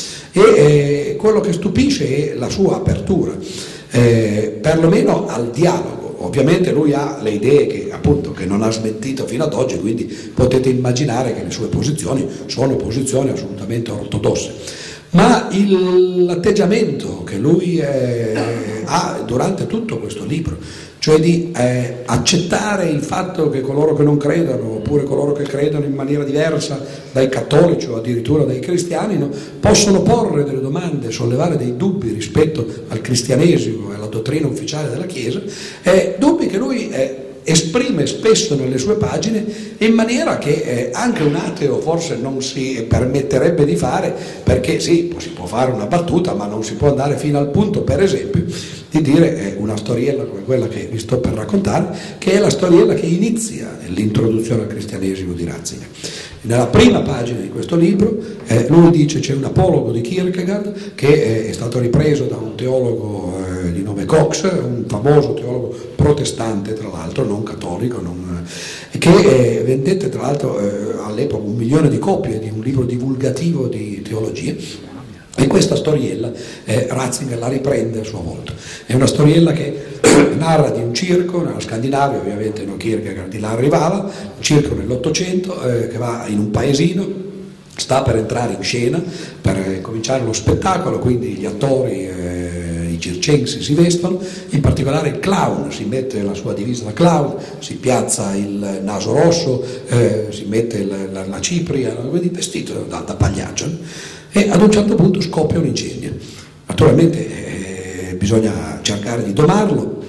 E eh, quello che stupisce è la sua apertura, eh, perlomeno al dialogo. Ovviamente lui ha le idee che appunto che non ha smentito fino ad oggi, quindi potete immaginare che le sue posizioni sono posizioni assolutamente ortodosse. Ma il, l'atteggiamento che lui eh, ha durante tutto questo libro, cioè di eh, accettare il fatto che coloro che non credono, oppure coloro che credono in maniera diversa dai cattolici o addirittura dai cristiani, no, possono porre delle domande, sollevare dei dubbi rispetto al cristianesimo e alla dottrina ufficiale della Chiesa, eh, dubbi che lui eh, esprime spesso nelle sue pagine in maniera che eh, anche un ateo forse non si permetterebbe di fare, perché sì, si può fare una battuta, ma non si può andare fino al punto, per esempio, di dire eh, una storiella come quella che vi sto per raccontare, che è la storiella che inizia l'introduzione al cristianesimo di Ratzinger. Nella prima pagina di questo libro eh, lui dice, c'è un apologo di Kierkegaard che eh, è stato ripreso da un teologo eh, di nome Cox, un famoso teologo protestante tra l'altro, non cattolico, non, eh, che eh, vendette tra l'altro eh, all'epoca un milione di copie di un libro divulgativo di teologia. E questa storiella eh, Ratzinger la riprende a sua volta. È una storiella che narra di un circo nella Scandinavia, ovviamente non Kierkegaard di là arrivava, un circo nell'Ottocento eh, che va in un paesino, sta per entrare in scena, per eh, cominciare lo spettacolo, quindi gli attori, eh, i circensi si vestono, in particolare il clown si mette la sua divisa da clown, si piazza il naso rosso, eh, si mette il, la, la cipria, quindi vestito da, da pagliaccio. E ad un certo punto scoppia un incendio. Naturalmente eh, bisogna cercare di domarlo,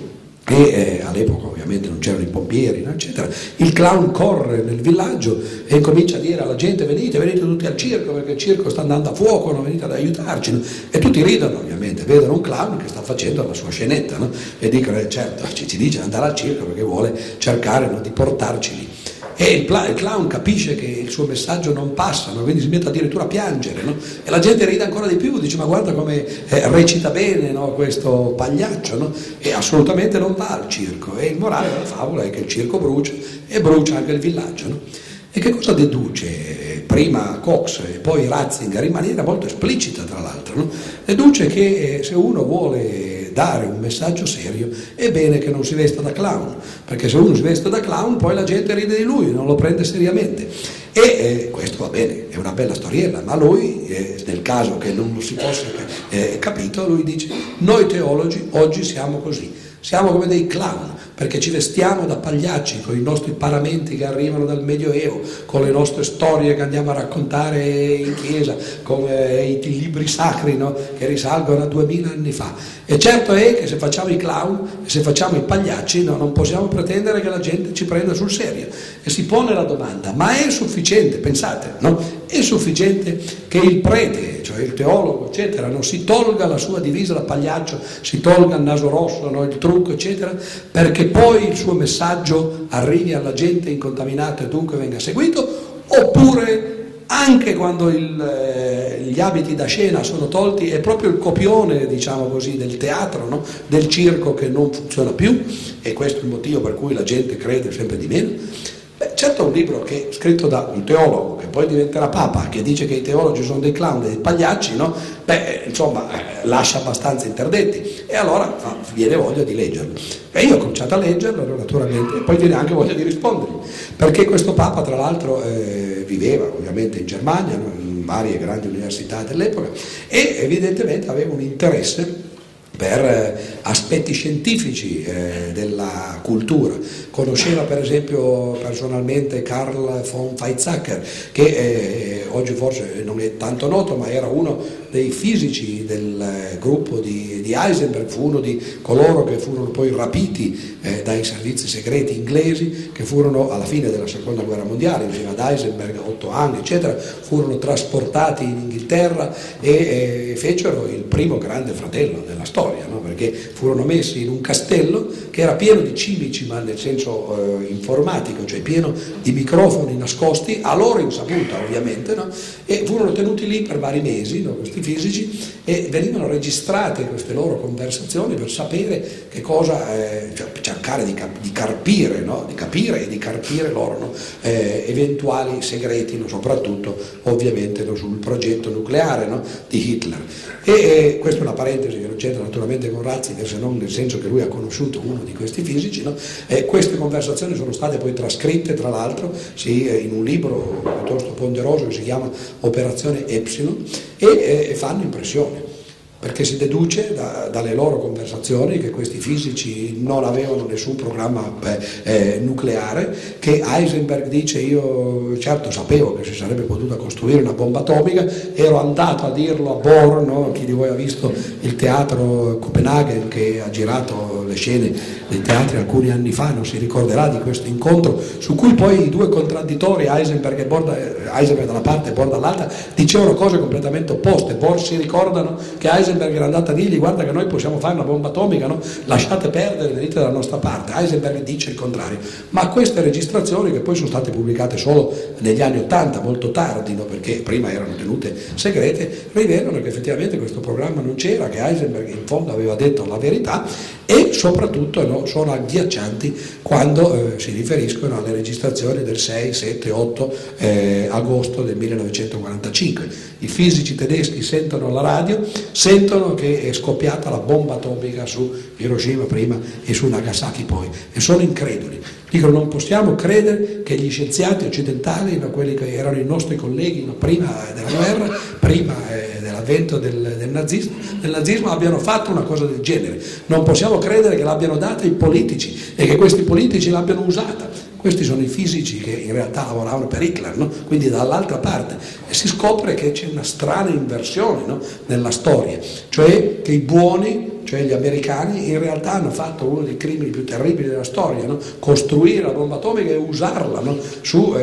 e eh, all'epoca ovviamente non c'erano i pompieri, no, eccetera. Il clown corre nel villaggio e comincia a dire alla gente: venite, venite tutti al circo perché il circo sta andando a fuoco, no? Venite ad aiutarci, no? E tutti ridono ovviamente, vedono un clown che sta facendo la sua scenetta, no? E dicono: eh, certo, ci, ci dice di andare al circo perché vuole cercare, no, di portarci lì. E il clown capisce che il suo messaggio non passa, no? Quindi si mette addirittura a piangere, no? E la gente ride ancora di più, dice: ma guarda come eh, recita bene, no, questo pagliaccio, no? E assolutamente non va al circo. E il morale della favola è che il circo brucia e brucia anche il villaggio, no? E che cosa deduce prima Cox e poi Ratzinger, in maniera molto esplicita tra l'altro, no? Deduce che eh, se uno vuole dare un messaggio serio è bene che non si vesta da clown, perché se uno si veste da clown poi la gente ride di lui, non lo prende seriamente. E eh, questo va bene, è una bella storiella, ma lui, eh, nel caso che non lo si fosse eh, capito, lui dice: noi teologi oggi siamo così, siamo come dei clown, perché ci vestiamo da pagliacci con i nostri paramenti che arrivano dal Medioevo, con le nostre storie che andiamo a raccontare in chiesa, con eh, i libri sacri, no? Che risalgono a duemila anni fa. E certo è che se facciamo i clown, se facciamo i pagliacci, no, non possiamo pretendere che la gente ci prenda sul serio. E si pone la domanda: ma è sufficiente, pensate, no? È sufficiente che il prete, cioè il teologo, eccetera, non si tolga la sua divisa da pagliaccio, si tolga il naso rosso, no, il trucco, eccetera, perché poi il suo messaggio arrivi alla gente incontaminato e dunque venga seguito? Oppure anche quando il, eh, gli abiti da scena sono tolti è proprio il copione, diciamo così, del teatro, no? Del circo che non funziona più, e questo è il motivo per cui la gente crede sempre di meno? Beh, certo, un libro che è scritto da un teologo che poi diventerà papa, che dice che i teologi sono dei clown, dei pagliacci, no? Beh, insomma, eh, lascia abbastanza interdetti, e allora ah, viene voglia di leggerlo. E io ho cominciato a leggerlo, naturalmente, e poi viene anche voglia di rispondergli, perché questo papa, tra l'altro, eh, viveva ovviamente in Germania, no? In varie grandi università dell'epoca, e evidentemente aveva un interesse per aspetti scientifici eh, della cultura. Conosceva per esempio personalmente Carl von Weizsäcker, che eh, oggi forse non è tanto noto, ma era uno dei fisici del eh, gruppo di, di Heisenberg, fu uno di coloro che furono poi rapiti eh, dai servizi segreti inglesi, che furono alla fine della seconda guerra mondiale, insieme ad Heisenberg, Otto Hahn, eccetera, furono trasportati in Inghilterra e eh, fecero il primo grande fratello della storia. No? Perché furono messi in un castello che era pieno di cimici, ma nel senso eh, informatico, cioè pieno di microfoni nascosti, a loro insaputa ovviamente, no? E furono tenuti lì per vari mesi, no? Questi fisici, e venivano registrate queste loro conversazioni per sapere che cosa, eh, cioè cercare di, cap- di carpire, no? Di capire e di carpire loro, no? eh, eventuali segreti, no? Soprattutto ovviamente, no? Sul progetto nucleare, no? Di Hitler. E eh, questa è una parentesi che non c'entra naturalmente con Ratzinger, se non nel senso che lui ha conosciuto uno di questi fisici, no? E queste conversazioni sono state poi trascritte, tra l'altro, sì, in un libro piuttosto ponderoso che si chiama Operazione Epsilon, e eh, fanno impressione, perché si deduce da, dalle loro conversazioni che questi fisici non avevano nessun programma eh, eh, nucleare, che Heisenberg dice: io certo sapevo che si sarebbe potuta costruire una bomba atomica, ero andato a dirlo a Bohr, no? Chi di voi ha visto il teatro Copenaghen, che ha girato le scene dei teatri alcuni anni fa, non si ricorderà di questo incontro, su cui poi i due contraddittori, Heisenberg, e Bohr, Heisenberg da una parte e Bohr dall'altra, dicevano cose completamente opposte. Bohr si ricordano che Heisenberg era andato a dirgli: guarda che noi possiamo fare una bomba atomica, no? Lasciate perdere, venite dalla nostra parte. Heisenberg dice il contrario. Ma queste registrazioni, che poi sono state pubblicate solo negli anni Ottanta, molto tardi, no? Perché prima erano tenute segrete, rivelano che effettivamente questo programma non c'era, che Heisenberg in fondo aveva detto la verità, e soprattutto, no, sono agghiaccianti quando eh, si riferiscono alle registrazioni del sei, sette, otto eh, agosto del millenovecentoquarantacinque. I fisici tedeschi sentono la radio, sentono che è scoppiata la bomba atomica su Hiroshima prima e su Nagasaki poi, e sono increduli. Dicono: non possiamo credere che gli scienziati occidentali, no, quelli che erano i nostri colleghi, no, prima della guerra, prima eh, dell'avvento del, del, nazismo, del nazismo, abbiano fatto una cosa del genere. Non possiamo credere che l'abbiano data i politici e che questi politici l'abbiano usata. Questi sono i fisici che in realtà lavoravano per Hitler, no? Quindi dall'altra parte. E si scopre che c'è una strana inversione, no? Nella storia, cioè che i buoni cioè gli americani, in realtà hanno fatto uno dei crimini più terribili della storia, no? Costruire la bomba atomica e usarla, no? su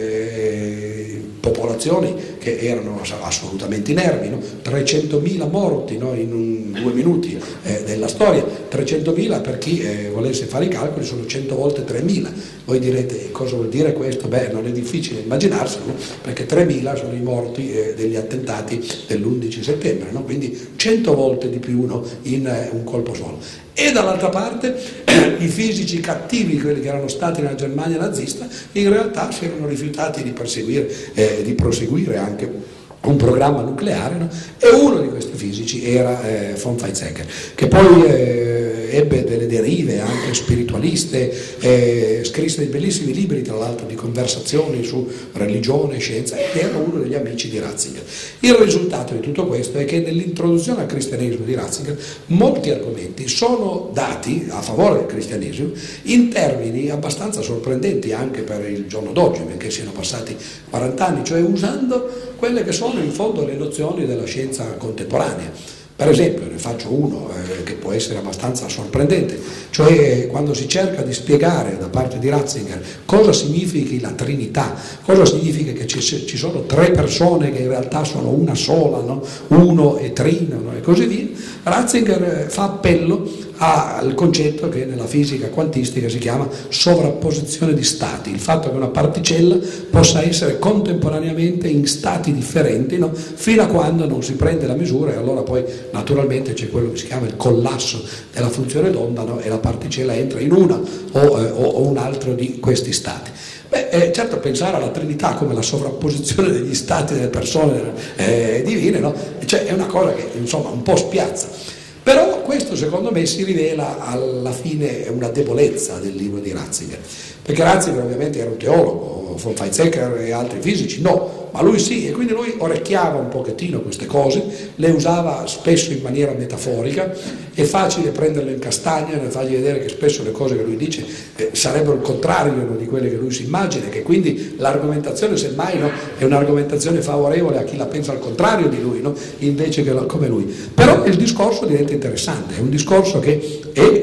eh, popolazioni che erano assolutamente inermi, no? trecentomila morti, no? in un, due minuti eh, della storia, trecentomila per chi eh, volesse fare i calcoli sono cento volte tremila. Voi direte cosa vuol dire questo? Beh, non è difficile immaginarselo, no? Perché tremila sono i morti eh, degli attentati dell'undici settembre, no? Quindi cento volte di più, no? in eh, un colpo solo. E dall'altra parte eh, i fisici cattivi, quelli che erano stati nella Germania nazista, in realtà si erano rifiutati di perseguire, eh, di proseguire anche un programma nucleare, no? E uno di questi fisici era eh, von Weizsäcker, che poi eh, ebbe delle derive anche spiritualiste, eh, scrisse dei bellissimi libri tra l'altro di conversazioni su religione e scienza, ed era uno degli amici di Ratzinger. Il risultato di tutto questo è che nell'introduzione al cristianesimo di Ratzinger molti argomenti sono dati a favore del cristianesimo in termini abbastanza sorprendenti anche per il giorno d'oggi, benché siano passati quaranta anni, cioè usando quelle che sono in fondo le nozioni della scienza contemporanea. Per esempio, ne faccio uno eh, che può essere abbastanza sorprendente, cioè quando si cerca di spiegare da parte di Ratzinger cosa significhi la Trinità, cosa significa che ci, ci sono tre persone che in realtà sono una sola, no? Uno e trino, no? E così via, Ratzinger fa appello al concetto che nella fisica quantistica si chiama sovrapposizione di stati, il fatto che una particella possa essere contemporaneamente in stati differenti, no? Fino a quando non si prende la misura, e allora poi naturalmente c'è quello che si chiama il collasso della funzione d'onda, no? E la particella entra in una o, eh, o un altro di questi stati. Beh, eh, certo, pensare alla Trinità come la sovrapposizione degli stati delle persone eh, divine, no? Cioè, è una cosa che insomma un po' spiazza. Però questo secondo me si rivela alla fine una debolezza del libro di Ratzinger, perché Ratzinger ovviamente era un teologo, von Weizsäcker e altri fisici no, ma lui sì, e quindi lui orecchiava un pochettino queste cose, le usava spesso in maniera metaforica, è facile prenderle in castagna e fargli vedere che spesso le cose che lui dice eh, sarebbero il contrario, no, di quelle che lui si immagina, che quindi l'argomentazione semmai, no, è un'argomentazione favorevole a chi la pensa al contrario di lui, no, invece che come lui. Però il discorso diventa interessante, è un discorso che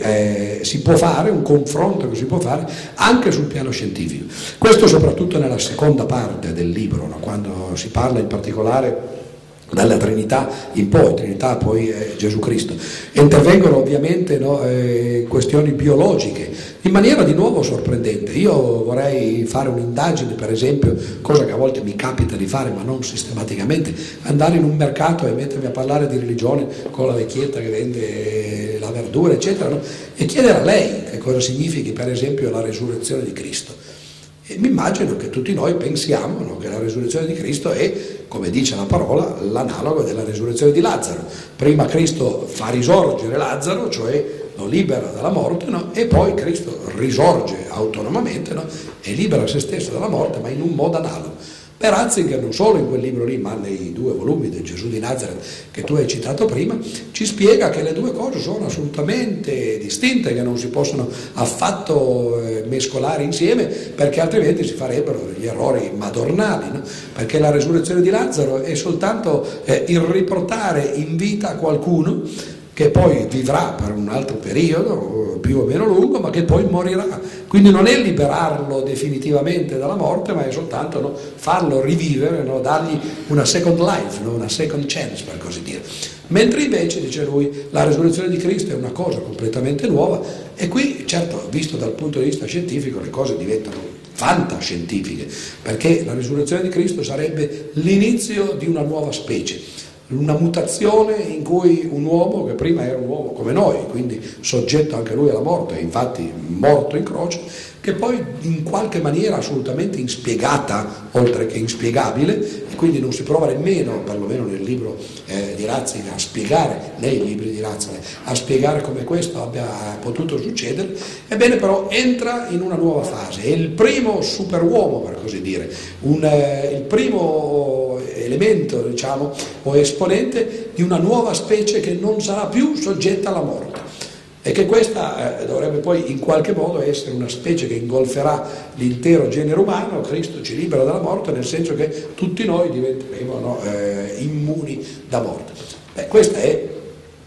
è, eh, si può fare, un confronto che si può fare anche sul piano scientifico. Questo soprattutto nella seconda parte del libro, no, quando si parla in particolare dalla Trinità in poi, Trinità poi eh, Gesù Cristo. Intervengono ovviamente, no, eh, questioni biologiche in maniera di nuovo sorprendente. Io vorrei fare un'indagine, per esempio, cosa che a volte mi capita di fare ma non sistematicamente, andare in un mercato e mettermi a parlare di religione con la vecchietta che vende la verdura eccetera, no? E chiedere a lei che cosa significhi per esempio la resurrezione di Cristo. E mi immagino che tutti noi pensiamo, no, che la resurrezione di Cristo è, come dice la parola, l'analogo della resurrezione di Lazzaro. Prima Cristo fa risorgere Lazzaro, cioè lo libera dalla morte, no? E poi Cristo risorge autonomamente, no? E libera se stesso dalla morte, ma in un modo analogo. Per Ratzinger, non solo in quel libro lì, ma nei due volumi del Gesù di Nazareth che tu hai citato prima, ci spiega che le due cose sono assolutamente distinte, che non si possono affatto mescolare insieme, perché altrimenti si farebbero degli errori madornali, no? Perché la resurrezione di Lazzaro è soltanto eh, il riportare in vita qualcuno che poi vivrà per un altro periodo, più o meno lungo, ma che poi morirà. Quindi non è liberarlo definitivamente dalla morte, ma è soltanto, no, farlo rivivere, no, dargli una second life, no, una second chance, per così dire. Mentre invece, dice lui, la resurrezione di Cristo è una cosa completamente nuova, e qui, certo, visto dal punto di vista scientifico, le cose diventano fantascientifiche, perché la risurrezione di Cristo sarebbe l'inizio di una nuova specie, una mutazione in cui un uomo che prima era un uomo come noi, quindi soggetto anche lui alla morte, infatti morto in croce, che poi in qualche maniera assolutamente inspiegata, oltre che inspiegabile, e quindi non si prova nemmeno, perlomeno nel libro eh, di Ratzinger, a spiegare, nei libri di Ratzinger, a spiegare come questo abbia potuto succedere. Ebbene, però entra in una nuova fase, è il primo superuomo, per così dire, un, eh, il primo elemento, diciamo, o esponente di una nuova specie che non sarà più soggetta alla morte, e che questa eh, dovrebbe poi in qualche modo essere una specie che ingolferà l'intero genere umano. Cristo ci libera dalla morte, nel senso che tutti noi diventeremo, no, eh, immuni da morte. Beh, questa è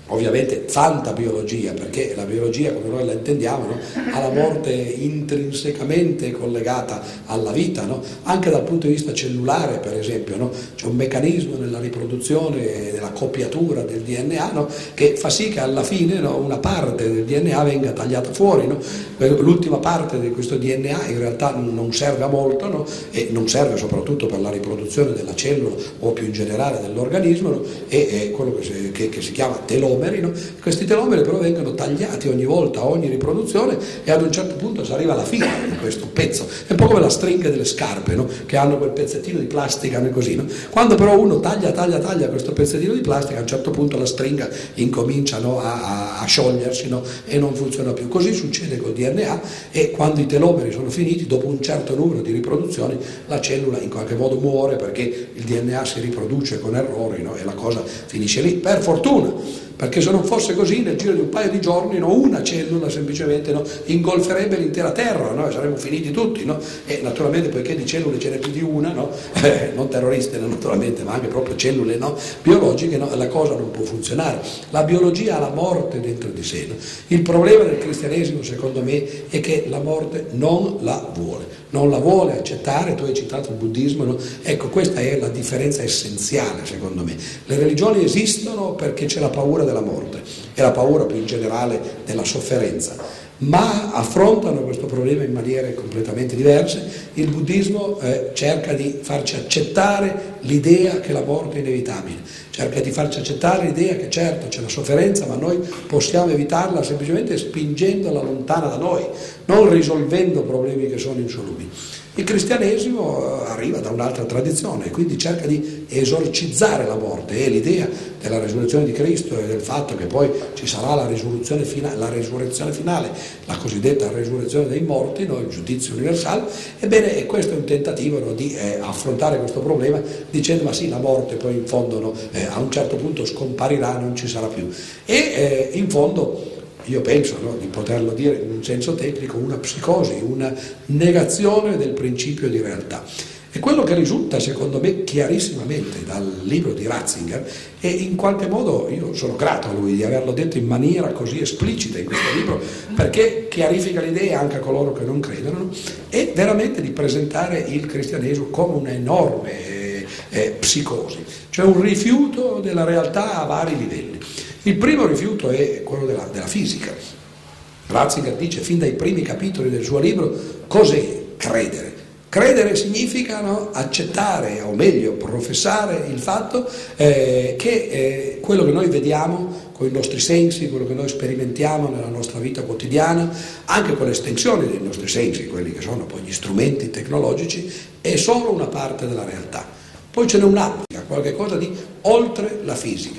ovviamente fantabiologia, perché la biologia come noi la intendiamo, no? Ha la morte intrinsecamente collegata alla vita, no? Anche dal punto di vista cellulare, per esempio, no? C'è un meccanismo nella riproduzione, nella coppiatura del D N A, no? Che fa sì che alla fine, no? Una parte del D N A venga tagliata fuori, no? L'ultima parte di questo D N A in realtà non serve a molto, no? E non serve soprattutto per la riproduzione della cellula o più in generale dell'organismo, no? E è quello che si, che, che si chiama telomero. No? Questi telomeri però vengono tagliati ogni volta, a ogni riproduzione, e ad un certo punto si arriva alla fine di questo pezzo. È un po' come la stringa delle scarpe, no? Che hanno quel pezzettino di plastica, no? Così, no? Quando però uno taglia, taglia, taglia questo pezzettino di plastica, a un certo punto la stringa incomincia, no? a, a, a sciogliersi, no? E non funziona più. Così succede col D N A, e quando i telomeri sono finiti, dopo un certo numero di riproduzioni, la cellula in qualche modo muore, perché il D N A si riproduce con errori, no? E la cosa finisce lì, per fortuna. Perché se non fosse così, nel giro di un paio di giorni, no, una cellula semplicemente, no, ingolferebbe l'intera Terra, no, e saremmo finiti tutti, no? E naturalmente, poiché di cellule ce n'è più di una, no, eh, non terroriste naturalmente, ma anche proprio cellule, no, biologiche, no, la cosa non può funzionare. La biologia ha la morte dentro di sé, no? Il problema del cristianesimo, secondo me, è che la morte non la vuole. Non la vuole accettare. Tu hai citato il buddismo, no? Ecco, questa è la differenza essenziale, secondo me. Le religioni esistono perché c'è la paura della morte e la paura più in generale della sofferenza, ma affrontano questo problema in maniere completamente diverse. Il buddismo eh, cerca di farci accettare l'idea che la morte è inevitabile, cerca di farci accettare l'idea che certo c'è la sofferenza, ma noi possiamo evitarla semplicemente spingendola lontana da noi, non risolvendo problemi che sono insolubili. Il cristianesimo arriva da un'altra tradizione e quindi cerca di esorcizzare la morte, e l'idea della resurrezione di Cristo e del fatto che poi ci sarà la risurrezione finale, la resurrezione finale, la cosiddetta resurrezione dei morti, no? Il giudizio universale. Ebbene, questo è un tentativo, no, di eh, affrontare questo problema dicendo ma sì, la morte poi in fondo, no, eh, a un certo punto scomparirà, non ci sarà più. E eh, in fondo io penso, no, di poterlo dire in un senso tecnico, una psicosi, una negazione del principio di realtà. E quello che risulta, secondo me, chiarissimamente dal libro di Ratzinger, e in qualche modo io sono grato a lui di averlo detto in maniera così esplicita in questo libro, perché chiarifica l'idea anche a coloro che non credono, no? È veramente di presentare il cristianesimo come un'enorme eh, eh, psicosi, cioè un rifiuto della realtà a vari livelli. Il primo rifiuto è quello della, della fisica. Ratzinger dice fin dai primi capitoli del suo libro cos'è credere. Credere significa, no, accettare, o meglio professare il fatto eh, che eh, quello che noi vediamo con i nostri sensi, quello che noi sperimentiamo nella nostra vita quotidiana, anche con l'estensione dei nostri sensi, quelli che sono poi gli strumenti tecnologici, è solo una parte della realtà. Poi ce n'è un'altra, qualche cosa di oltre la fisica.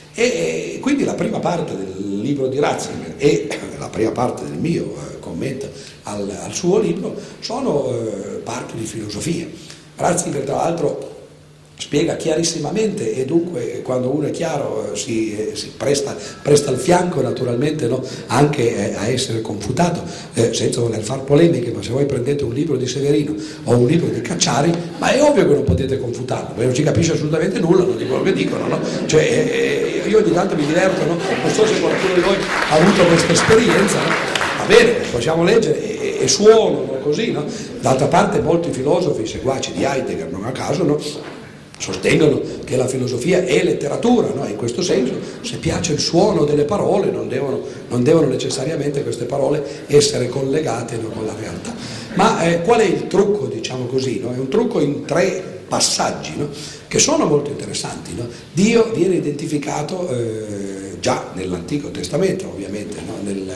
E quindi la prima parte del libro di Ratzinger e la prima parte del mio eh, commento al, al suo libro sono eh, parti di filosofia. Ratzinger, tra l'altro, spiega chiarissimamente, e dunque quando uno è chiaro si, eh, si presta, presta il fianco naturalmente, no, anche eh, a essere confutato, eh, senza voler far polemiche, ma se voi prendete un libro di Severino o un libro di Cacciari, ma è ovvio che non potete confutarlo, perché non ci capisce assolutamente nulla di quello che dicono, no? Cioè, eh, io ogni tanto mi diverto, no? Non so se qualcuno di voi ha avuto questa esperienza, no? Va bene, possiamo leggere e, e suonano così, no? D'altra parte molti filosofi, seguaci di Heidegger, non a caso, no, sostengono che la filosofia è letteratura, no? In questo senso, se piace il suono delle parole, non devono, non devono necessariamente queste parole essere collegate, no, con la realtà. Ma eh, qual è il trucco, diciamo così? No? È un trucco in tre passaggi, no? Che sono molto interessanti, no? Dio viene identificato eh, già nell'Antico Testamento, ovviamente, no? Nel,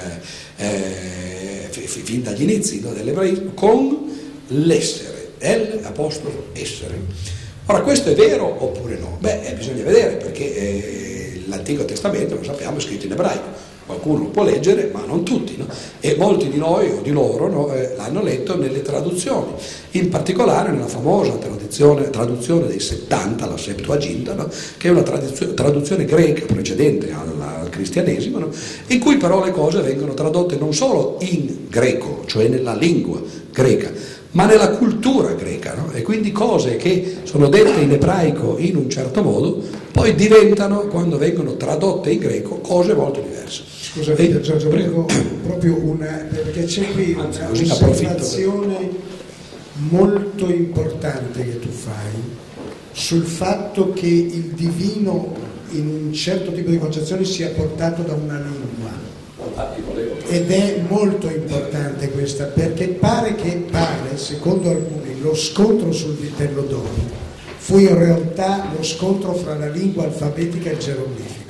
eh, fin dagli inizi, no, dell'ebraismo, con l'essere, el apostolo essere. Ora, questo è vero oppure no? Beh, eh, bisogna vedere, perché eh, l'Antico Testamento, lo sappiamo, è scritto in ebraico. Qualcuno lo può leggere, ma non tutti, no? E molti di noi o di loro, no, eh, l'hanno letto nelle traduzioni, in particolare nella famosa traduzione, traduzione dei settanta, la Septuaginta, no? Che è una tradizio- traduzione greca precedente al, al cristianesimo, no? In cui però le cose vengono tradotte non solo in greco, cioè nella lingua greca, ma nella cultura greca, no? E quindi cose che sono dette in ebraico in un certo modo, poi diventano, quando vengono tradotte in greco, cose molto diverse. Scusa, e, Giorgio, prego, proprio una, perché c'è qui una osservazione molto importante che tu fai sul fatto che il divino in un certo tipo di concezione sia portato da una lingua. Ed è molto importante questa, perché pare che pare, secondo alcuni, lo scontro sul vitello d'oro fu in realtà lo scontro fra la lingua alfabetica e il geroglifico,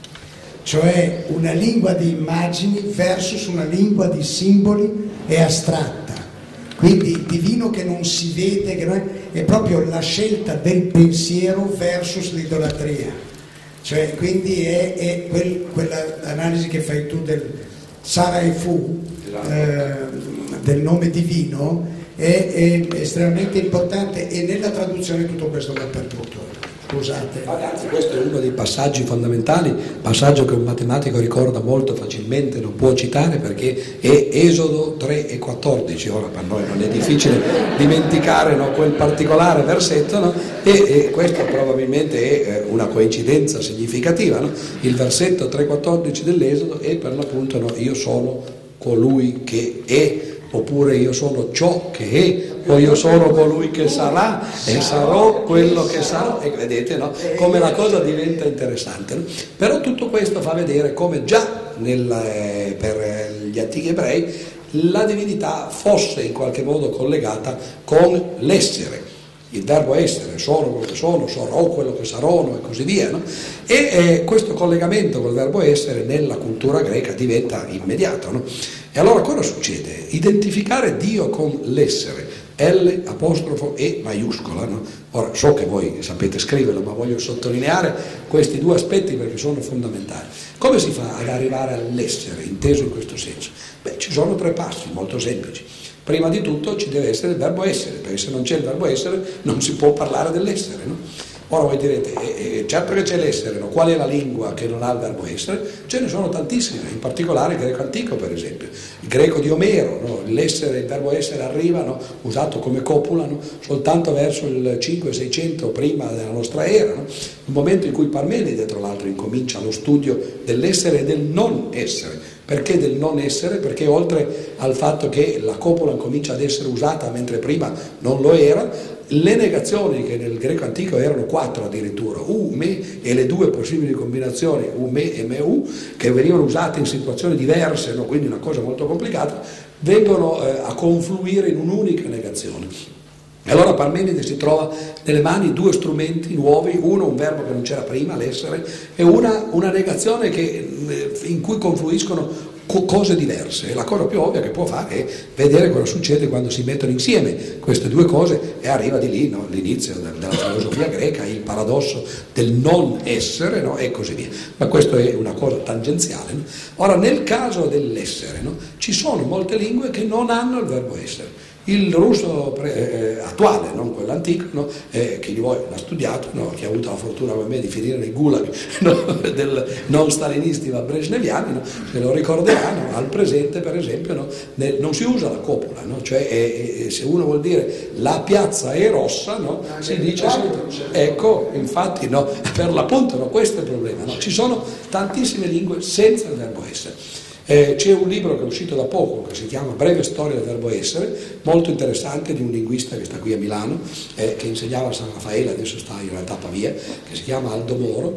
cioè una lingua di immagini versus una lingua di simboli e astratta. Quindi il divino che non si vede, che non è, è proprio la scelta del pensiero versus l'idolatria. Cioè, quindi è, è quel, quella analisi che fai tu del Sara e Fu, eh, del nome divino, è, è estremamente importante, e nella traduzione tutto questo dappertutto. Scusate. Anzi, questo è uno dei passaggi fondamentali, passaggio che un matematico ricorda molto facilmente, non può citare perché è Esodo tre e quattordici. Ora per noi non è difficile dimenticare, no, quel particolare versetto, no? e, e questa probabilmente è una coincidenza significativa, no? Il versetto tre quattordici dell'Esodo è per l'appunto, no, io sono colui che è, oppure io sono ciò che è, o io sono colui che sarà e sarò quello che sarò, e vedete, no, come la cosa diventa interessante, no? Però tutto questo fa vedere come già nel, eh, per gli antichi ebrei la divinità fosse in qualche modo collegata con l'essere, il verbo essere, sono quello che sono, sarò quello che sarò, e così via, no? E eh, questo collegamento col verbo essere nella cultura greca diventa immediato, no? E allora cosa succede? Identificare Dio con l'essere, L apostrofo E maiuscola, no? Ora so che voi sapete scriverlo, ma voglio sottolineare questi due aspetti perché sono fondamentali. Come si fa ad arrivare all'essere, inteso in questo senso? Beh, ci sono tre passi molto semplici. Prima di tutto ci deve essere il verbo essere, perché se non c'è il verbo essere non si può parlare dell'essere, no? Ora voi direte, eh, eh, certo che c'è l'essere, no? Qual è la lingua che non ha il verbo essere? Ce ne sono tantissime, in particolare il greco antico per esempio, il greco di Omero, no? L'essere, il verbo essere arriva, no? Usato come copula, no? Soltanto verso il cinque seicento prima della nostra era, no? Il momento in cui Parmenide tra l'altro incomincia lo studio dell'essere e del non essere. Perché del non essere? Perché oltre al fatto che la copula comincia ad essere usata mentre prima non lo era, le negazioni che nel greco antico erano quattro addirittura, u, me, e le due possibili combinazioni u, me e me, u, che venivano usate in situazioni diverse, no? Quindi una cosa molto complicata, vengono eh, a confluire in un'unica negazione. E allora Parmenide si trova nelle mani due strumenti nuovi, uno un verbo che non c'era prima, l'essere, e una, una negazione che, in cui confluiscono cose diverse. E la cosa più ovvia che può fare è vedere cosa succede quando si mettono insieme queste due cose, e arriva di lì, no, l'inizio della filosofia greca, il paradosso del non essere, no, e così via. Ma questo è una cosa tangenziale, no? Ora, nel caso dell'essere, no, ci sono molte lingue che non hanno il verbo essere. Il russo pre, eh, attuale, non quello antico, no? eh, chi di voi l'ha studiato, no? Chi ha avuto la fortuna come me di finire nei gulag, no? del non stalinisti ma brezhneviani, no? Se lo ricorderanno, al presente per esempio, no? Nel, non si usa la copula, no? Cioè eh, eh, se uno vuol dire la piazza è rossa, no? Si dice sì, ecco, infatti, no? Per l'appunto, no? Questo è il problema, no? Ci sono tantissime lingue senza il verbo essere. Eh, c'è un libro che è uscito da poco che si chiama Breve storia del verbo essere, molto interessante, di un linguista che sta qui a Milano, eh, che insegnava a San Raffaele, adesso sta in realtà a Pavia, che si chiama Aldo Moro.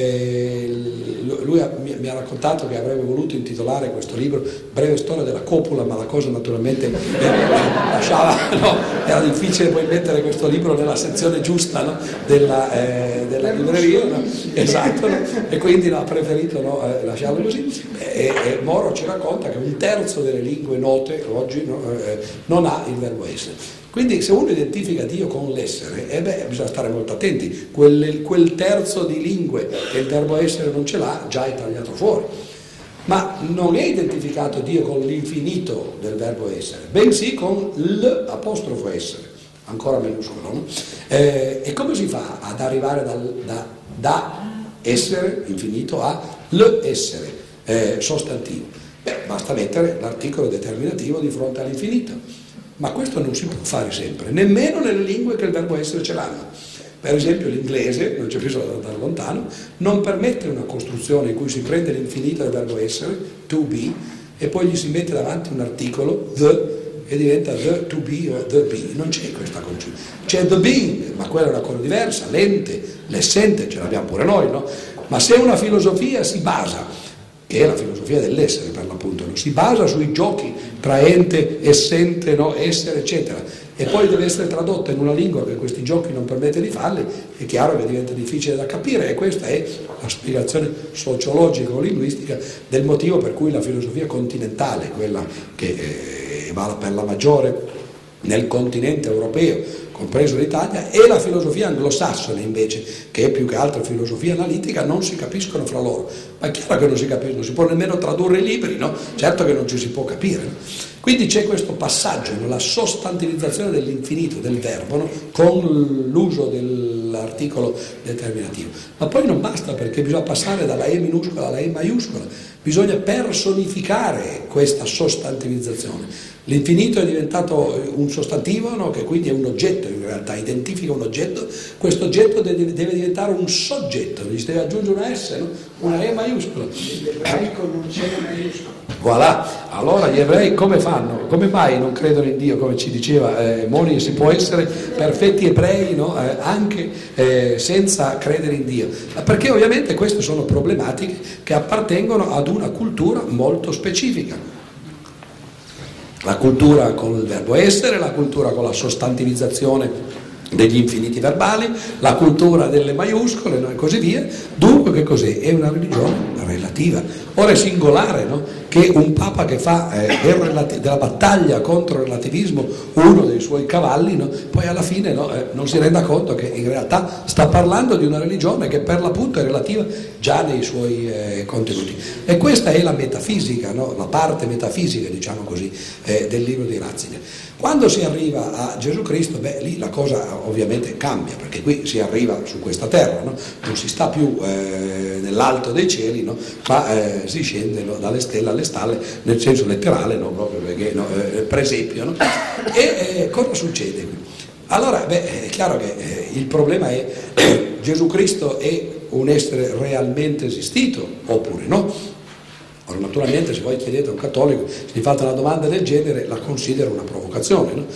Eh, lui ha, mi, mi ha raccontato che avrebbe voluto intitolare questo libro Breve storia della copula, ma la cosa naturalmente eh, lasciava, no? Era difficile poi mettere questo libro nella sezione giusta, no? della, eh, della libreria, no? Esatto, no? E quindi no, ha preferito, no, eh, lasciarlo così. E, e Moro ci racconta che un terzo delle lingue note oggi, no, eh, non ha il verbo essere. Quindi se uno identifica Dio con l'essere, eh beh, bisogna stare molto attenti. Quel, quel terzo di lingue che il verbo essere non ce l'ha, già è tagliato fuori. Ma non è identificato Dio con l'infinito del verbo essere, bensì con l'apostrofo essere, ancora minuscolo, no? Eh, e come si fa ad arrivare dal, da, da essere infinito a l'essere? Eh, sostantivo. Beh, basta mettere l'articolo determinativo di fronte all'infinito. ma questo non si può fare sempre, nemmeno nelle lingue che il verbo essere ce l'hanno. Per esempio l'inglese, non c'è bisogno di andare lontano, non permette una costruzione in cui si prende l'infinito del verbo essere, to be, e poi gli si mette davanti un articolo, the, e diventa the to be o the be. Non c'è questa congiunzione. C'è the being, ma quella è una cosa diversa, l'ente, l'essente, ce l'abbiamo pure noi, no? Ma se una filosofia si basa, che è la filosofia dell'essere per l'appunto, no? Si basa sui giochi tra ente, essente, no? Essere, eccetera, e poi deve essere tradotta in una lingua che questi giochi non permette di farli, è chiaro che diventa difficile da capire, e questa è la spiegazione sociologica o linguistica del motivo per cui la filosofia continentale, quella che eh, vale per la maggiore nel continente europeo, compreso l'Italia, e la filosofia anglosassone invece, che è più che altro filosofia analitica, non si capiscono fra loro. Ma è chiaro che non si capiscono, non si può nemmeno tradurre i libri, no? Certo che non ci si può capire, no? Quindi c'è questo passaggio, no? La sostantivizzazione dell'infinito, del verbo, no? Con l'uso dell'articolo determinativo. Ma poi non basta, perché bisogna passare dalla E minuscola alla E maiuscola, bisogna personificare questa sostantivizzazione. L'infinito è diventato un sostantivo, no? Che quindi è un oggetto, in realtà identifica un oggetto, questo oggetto deve, deve diventare un soggetto, gli si deve aggiungere una S, no? Una E maiuscola. L'ebraico non c'è una maiuscola. Voilà, allora gli ebrei come fanno? Come mai non credono in Dio, come ci diceva eh, Moni? Si può essere perfetti ebrei, no? eh, anche eh, senza credere in Dio, perché ovviamente queste sono problematiche che appartengono ad una cultura molto specifica. La cultura con il verbo essere, la cultura con la sostantivizzazione degli infiniti verbali, la cultura delle maiuscole, no? E così via. Dunque che cos'è? È una religione relativa. Ora è singolare, no? Che un Papa che fa eh, del relati- della battaglia contro il relativismo uno dei suoi cavalli, no? Poi alla fine, no? eh, non si renda conto che in realtà sta parlando di una religione che per l'appunto è relativa già nei suoi eh, contenuti. E questa è la metafisica, no? La parte metafisica, diciamo così, eh, del libro di Ratzinger. Quando si arriva a Gesù Cristo, beh, lì la cosa ovviamente cambia, perché qui si arriva su questa terra, no? Non si sta più eh, nell'alto dei cieli, no? Ma eh, si scende, no? Dalle stelle alle stalle, nel senso letterale, no? Proprio perché, no? eh, presepio, no? E eh, cosa succede qui? Allora, beh, è chiaro che eh, il problema è Gesù Cristo è un essere realmente esistito oppure no? Ora, naturalmente, se voi chiedete a un cattolico, se gli fate una domanda del genere, la considero una provocazione, no?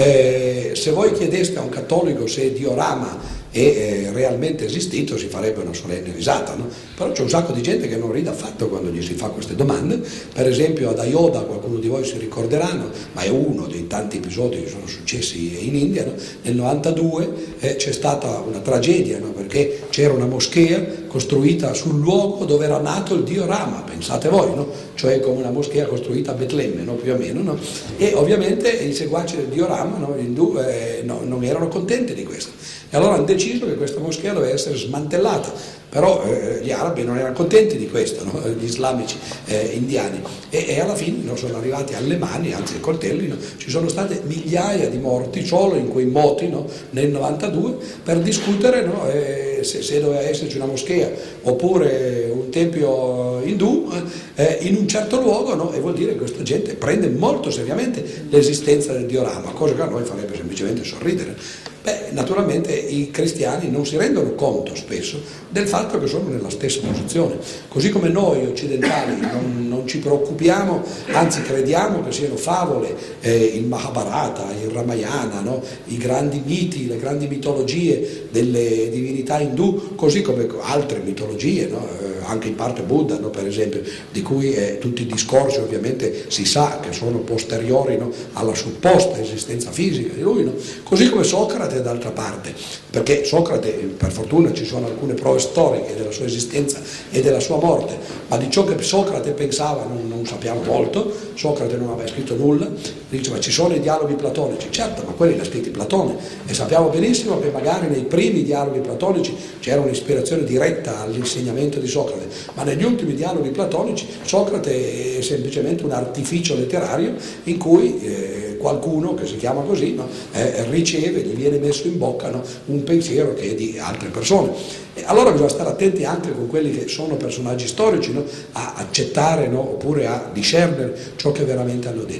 Eh, se voi chiedeste a un cattolico se Dio Rama è eh, realmente esistito, si farebbe una solenne risata, no? Però c'è un sacco di gente che non ride affatto quando gli si fa queste domande. Per esempio ad Ayoda, qualcuno di voi si ricorderanno, ma è uno dei tanti episodi che sono successi in India, no? Nel novantadue eh, c'è stata una tragedia, no? Perché c'era una moschea costruita sul luogo dove era nato il Dio Rama, pensate voi, no? Cioè come una moschea costruita a Betlemme, no? Più o meno, no? E ovviamente i seguaci del Dio Rama, no? Gli indù, eh, no, non erano contenti di questo, e allora hanno deciso che questa moschea doveva essere smantellata, però eh, gli arabi non erano contenti di questo, no? Gli islamici eh, indiani, e, e alla fine no, sono arrivati alle mani, anzi ai coltelli, no? Ci sono state migliaia di morti solo in quei moti, no? Nel novantadue, per discutere, no? eh, se, se doveva esserci una moschea oppure un tempio indù eh, in un certo luogo, no? E vuol dire che questa gente prende molto seriamente l'esistenza del Dio Rama, cosa che a noi farebbe semplicemente sorridere. Beh, naturalmente i cristiani non si rendono conto spesso del fatto che sono nella stessa posizione, così come noi occidentali non, non ci preoccupiamo, anzi crediamo che siano favole eh, il Mahabharata, il Ramayana, no? I grandi miti, le grandi mitologie delle divinità indù, così come altre mitologie, no? eh, anche in parte Buddha, no? Per esempio, di cui eh, tutti i discorsi ovviamente si sa che sono posteriori, no? Alla supposta esistenza fisica di lui, no? Così come Socrate d'altra parte, perché Socrate, per fortuna ci sono alcune prove storiche della sua esistenza e della sua morte, ma di ciò che Socrate pensava non, non sappiamo molto. Socrate non aveva scritto nulla, dice ma ci sono i dialoghi platonici, certo, ma quelli li ha scritti Platone, e sappiamo benissimo che magari nei primi dialoghi platonici c'era un'ispirazione diretta all'insegnamento di Socrate, ma negli ultimi dialoghi platonici Socrate è semplicemente un artificio letterario in cui eh, qualcuno che si chiama così, no? eh, riceve, gli viene messo in bocca, no? Un pensiero che è di altre persone. E allora bisogna stare attenti anche con quelli che sono personaggi storici, no? A accettare, no? Oppure a discernere ciò che veramente hanno detto.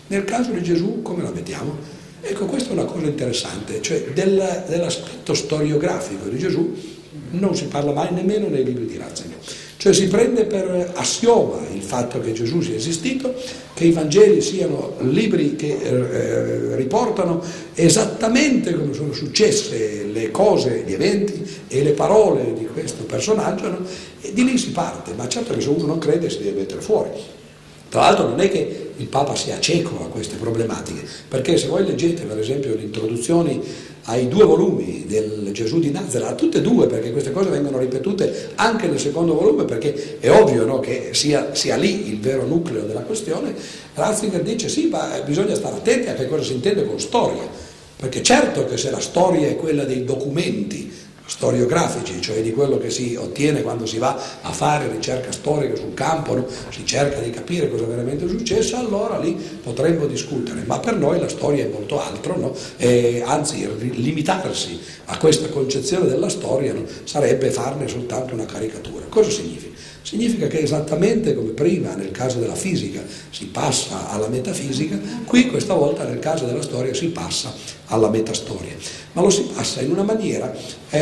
Nel caso di Gesù come la mettiamo? Ecco, questa è una cosa interessante, cioè del, dell'aspetto storiografico di Gesù non si parla mai nemmeno nei libri di Ratzinger. Cioè si prende per assioma il fatto che Gesù sia esistito, che i Vangeli siano libri che eh, riportano esattamente come sono successe le cose, gli eventi e le parole di questo personaggio, no? E di lì si parte, ma certo che se uno non crede si deve mettere fuori. Tra l'altro non è che il Papa sia cieco a queste problematiche, perché se voi leggete per esempio le introduzioni ai due volumi del Gesù di Nazareth, a tutte e due, perché queste cose vengono ripetute anche nel secondo volume, perché è ovvio, no, che sia, sia lì il vero nucleo della questione, Ratzinger dice sì, ma bisogna stare attenti a che cosa si intende con storia, perché certo che se la storia è quella dei documenti storiografici, cioè di quello che si ottiene quando si va a fare ricerca storica sul campo, no? Si cerca di capire cosa è veramente successo, allora lì potremmo discutere, ma per noi la storia è molto altro, no? E anzi limitarsi a questa concezione della storia, no? Sarebbe farne soltanto una caricatura. Cosa significa? Significa che esattamente come prima nel caso della fisica si passa alla metafisica, qui questa volta nel caso della storia si passa alla metastoria, ma lo si passa in una maniera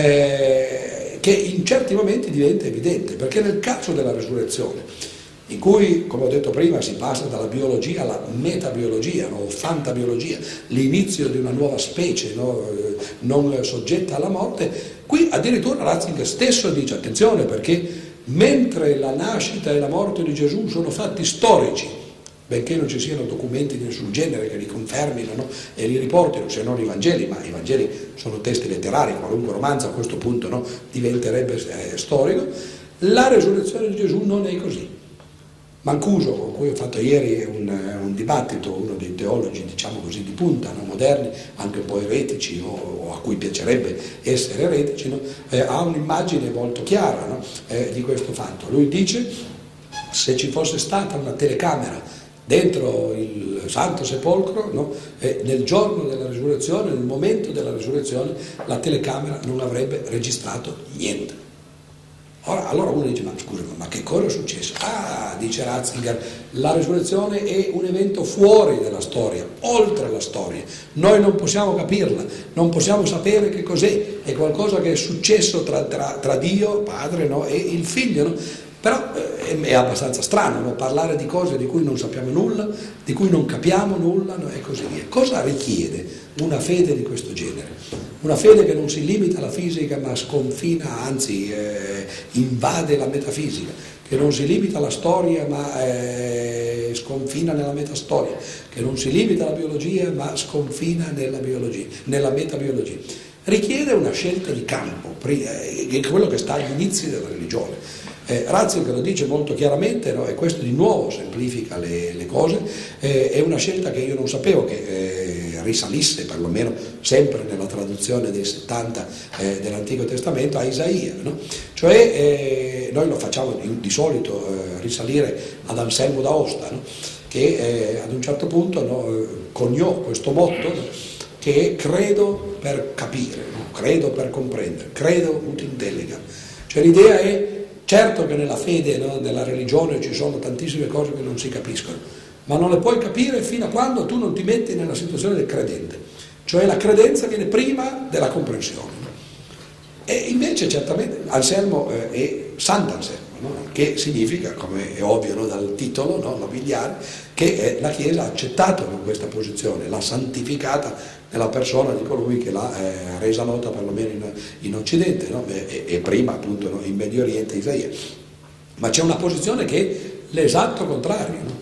eh, che in certi momenti diventa evidente, perché nel caso della resurrezione, in cui, come ho detto prima, si passa dalla biologia alla metabiologia, no? O fantabiologia, l'inizio di una nuova specie, no? Non soggetta alla morte, qui addirittura Ratzinger stesso dice attenzione, perché mentre la nascita e la morte di Gesù sono fatti storici, benché non ci siano documenti di nessun genere che li confermino, no? E li riportino, se non i Vangeli, ma i Vangeli sono testi letterari, qualunque romanzo a questo punto, no? Diventerebbe eh, storico, la resurrezione di Gesù non è così. Mancuso, con cui ho fatto ieri un, un dibattito, uno dei teologi, diciamo così, di punta, no? Moderni, anche un po' eretici, o, o a cui piacerebbe essere eretici, no? eh, ha un'immagine molto chiara, no? eh, di questo fatto. Lui dice, se ci fosse stata una telecamera dentro il Santo Sepolcro, no? eh, nel giorno della risurrezione, nel momento della risurrezione, la telecamera non avrebbe registrato niente. Ora, allora uno dice, ma scusa, ma che cosa è successo? Ah, dice Ratzinger, la risurrezione è un evento fuori dalla storia, oltre la storia. Noi non possiamo capirla, non possiamo sapere che cos'è, è qualcosa che è successo tra, tra, tra Dio, Padre, no? E il Figlio, no? Però eh, è abbastanza strano, no? Parlare di cose di cui non sappiamo nulla, di cui non capiamo nulla, no? E così via. Cosa richiede una fede di questo genere? Una fede che non si limita alla fisica ma sconfina, anzi eh, invade la metafisica, che non si limita alla storia ma eh, sconfina nella metastoria, che non si limita alla biologia ma sconfina nella biologia, nella metabiologia. Richiede una scelta di campo, che è quello che sta agli inizi della religione. Eh, Ratzinger lo dice molto chiaramente, no? E questo di nuovo semplifica le, le cose, eh, è una scelta che io non sapevo che eh, risalisse, perlomeno sempre nella traduzione dei settanta eh, dell'Antico Testamento, a Isaia, no? Cioè eh, noi lo facciamo di, di solito eh, risalire ad Anselmo d'Aosta, no? Che eh, ad un certo punto, no, coniò questo motto, no? Che è credo per capire, no? Credo per comprendere, credo ut intelligam. Cioè l'idea è, certo che nella fede, no, nella religione ci sono tantissime cose che non si capiscono, ma non le puoi capire fino a quando tu non ti metti nella situazione del credente, cioè la credenza viene prima della comprensione. E invece certamente Anselmo eh, è Sant'Anselmo, no? Che significa, come è ovvio, no, dal titolo, no, nobiliare, che eh, la Chiesa ha accettato con questa posizione, l'ha santificata nella persona di colui che l'ha eh, resa nota perlomeno in, in Occidente, no? e, e prima appunto, no, in Medio Oriente, Isaia. Ma c'è una posizione che è l'esatto contrario, no?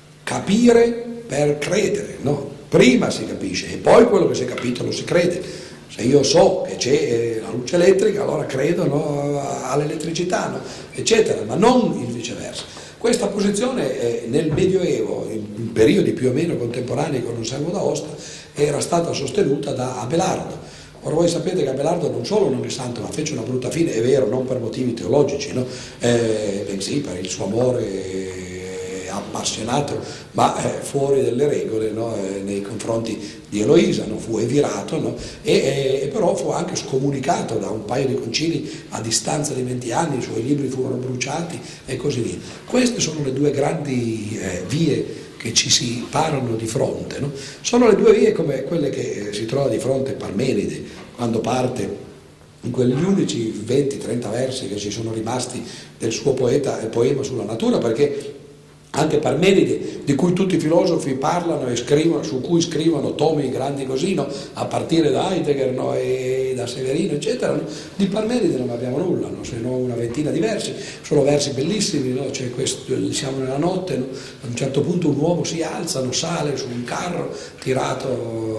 Capire per credere, no? Prima si capisce e poi quello che si è capito lo si crede. Se io so che c'è eh, la luce elettrica, allora credo, no, all'elettricità, no? Eccetera, ma non il viceversa. Questa posizione eh, nel Medioevo, in periodi più o meno contemporanei con Anselmo d'Aosta, era stata sostenuta da Abelardo. Ora voi sapete che Abelardo non solo non è santo, ma fece una brutta fine, è vero, non per motivi teologici, no? eh, bensì per il suo amore eh, appassionato, ma eh, fuori delle regole, no? eh, nei confronti di Eloisa, no? Fu evirato, no? e, e però fu anche scomunicato da un paio di concili a distanza di venti anni, i suoi libri furono bruciati e così via. Queste sono le due grandi eh, vie che che ci si parano di fronte, no? Sono le due vie come quelle che si trova di fronte Parmenide quando parte in quegli unici venti trenta versi che ci sono rimasti del suo poeta, poema sulla natura, perché anche Parmenide, di cui tutti i filosofi parlano e scrivono, su cui scrivono tomi grandi così, no? A partire da Heidegger, no? E da Severino, eccetera, no? Di Parmenide non abbiamo nulla, no? Se non una ventina di versi, sono versi bellissimi, no? C'è questo, siamo nella notte, no? A un certo punto un uomo si alza, no? Sale su un carro tirato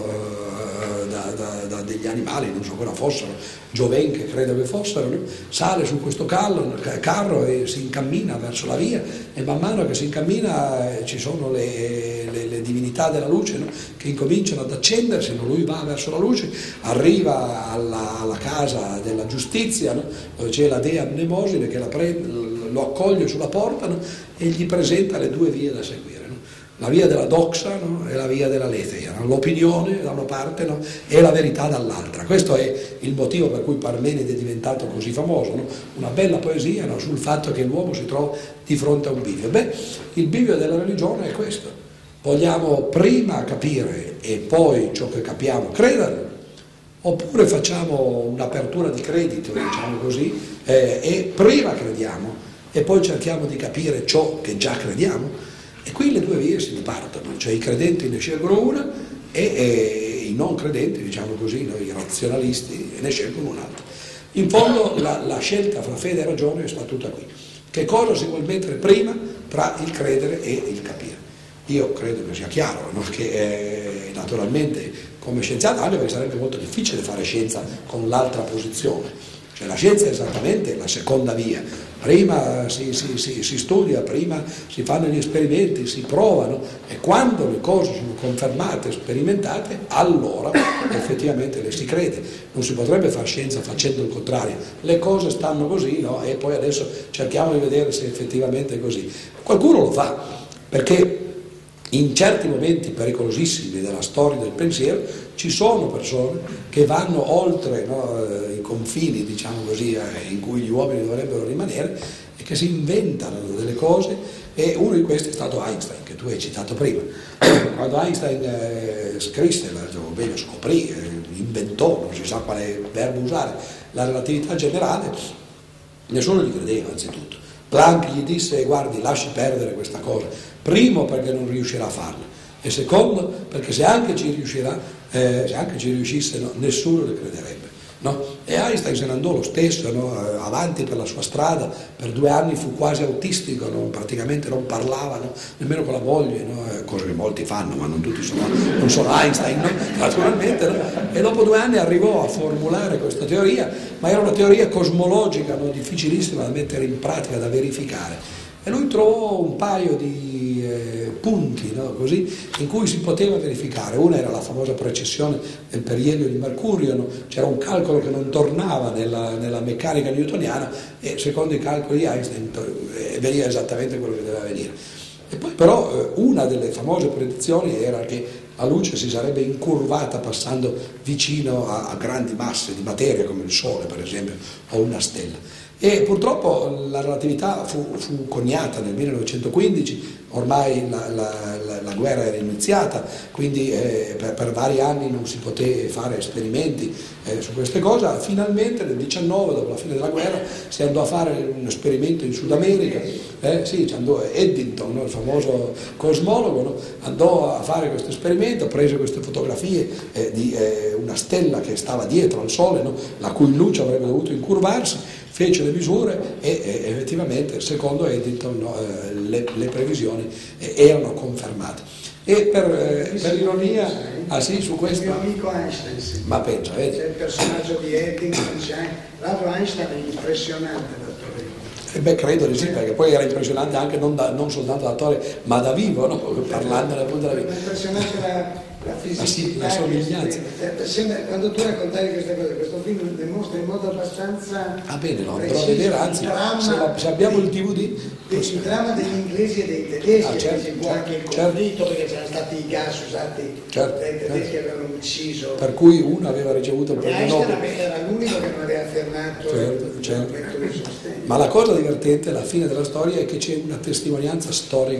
uh, da, da, da degli animali, non so cosa fossero, giovenche credo che fossero, no? Sale su questo carro, carro e si incammina verso la via, e man mano che si incammina eh, ci sono le, le, le divinità della luce, no? Che incominciano ad accendersi, no? Lui va verso la luce, arriva alla, alla casa della giustizia, no? Dove c'è la dea Mnemosine che la prende, lo accoglie sulla porta, no? E gli presenta le due vie da seguire. La via della doxa, no? E la via della letheia, no? L'opinione da una parte, no? E la verità dall'altra. Questo è il motivo per cui Parmenide è diventato così famoso, no? Una bella poesia, no? Sul fatto che l'uomo si trova di fronte a un bivio. Beh, il bivio della religione è questo: vogliamo prima capire e poi ciò che capiamo credere, oppure facciamo un'apertura di credito, diciamo così, eh, e prima crediamo e poi cerchiamo di capire ciò che già crediamo. E qui le due vie si dipartono, cioè i credenti ne scelgono una e, e i non credenti, diciamo così, no, i razionalisti, ne scelgono un'altra. In fondo la, la scelta fra fede e ragione sta tutta qui. Che cosa si vuol mettere prima tra il credere e il capire? Io credo che sia chiaro, no? Che eh, naturalmente come scienziato, anche perché sarebbe molto difficile fare scienza con l'altra posizione. Cioè la scienza è esattamente la seconda via, prima si, si, si, si studia, prima si fanno gli esperimenti, si provano, e quando le cose sono confermate, sperimentate, allora effettivamente le si crede. Non si potrebbe fare scienza facendo il contrario, le cose stanno così, no? E poi adesso cerchiamo di vedere se effettivamente è così. Qualcuno lo fa, perché in certi momenti pericolosissimi della storia del pensiero ci sono persone che vanno oltre, no, i confini, diciamo così, in cui gli uomini dovrebbero rimanere, e che si inventano delle cose, e uno di questi è stato Einstein, che tu hai citato prima. Quando Einstein eh, scrisse, o meglio scoprì, eh, inventò, non si sa quale verbo usare, la relatività generale, nessuno gli credeva anzitutto. Planck gli disse: guardi, lasci perdere questa cosa, primo perché non riuscirà a farla, e secondo perché se anche ci riuscirà, eh, se anche ci riuscisse, no, nessuno le crederebbe, no? E Einstein se ne andò lo stesso, no? Avanti per la sua strada, per due anni fu quasi autistico, no? Praticamente non parlava, no? Nemmeno con la moglie, no? Cosa che molti fanno, ma non tutti sono, non sono Einstein, no? Naturalmente, no? E dopo due anni arrivò a formulare questa teoria, ma era una teoria cosmologica, no? Difficilissima da mettere in pratica, da verificare. E lui trovò un paio di eh, punti, no, così, in cui si poteva verificare. Una era la famosa precessione del perielio di Mercurio, no? C'era un calcolo che non tornava nella, nella meccanica newtoniana, e secondo i calcoli di Einstein eh, veniva esattamente quello che doveva venire. E poi però eh, una delle famose predizioni era che la luce si sarebbe incurvata passando vicino a, a grandi masse di materia come il Sole, per esempio, o una stella. E purtroppo la relatività fu, fu coniata nel millenovecentoquindici, ormai la, la, la, la guerra era iniziata, quindi eh, per, per vari anni non si poteva fare esperimenti eh, su queste cose. Finalmente nel diciannove, dopo la fine della guerra, si andò a fare un esperimento in Sud America, eh, sì, ci andò Eddington, no, il famoso cosmologo, no, andò a fare questo esperimento, prese queste fotografie eh, di eh, una stella che stava dietro al Sole, no, la cui luce avrebbe dovuto incurvarsi, fece le misure e, e effettivamente, secondo Eddington, no, eh, le, le previsioni eh, erano confermate. E per, eh, per ironia, ah sì, su questo... Il mio amico Einstein, sì. Ma pensa, vedi? C'è il personaggio di Eddington, c'è anche... L'altro Einstein è impressionante l'attore. Eh beh, credo di sì, perché poi era impressionante anche non, da, non soltanto da attore, ma da vivo, no? Parlando appunto della vita. È impressionante la... La fisicità, sì, la somiglianza. Sembra, quando tu raccontavi queste cose, questo film dimostra in modo abbastanza. Ah bene, no, preciso, però vedere, anzi, dramma, se, la, se abbiamo il D V D. Il dramma degli inglesi e dei tedeschi, ah, certo, si può certo, anche il certo. conflitto, perché c'erano stati i gas usati certo, dai tedeschi, certo. avevano ucciso. Per cui uno aveva ricevuto il premio Nobel. Era l'unico che non aveva fermato certo, certo. il metodo di sostegno. Ma la cosa divertente alla fine della storia è che c'è una testimonianza storica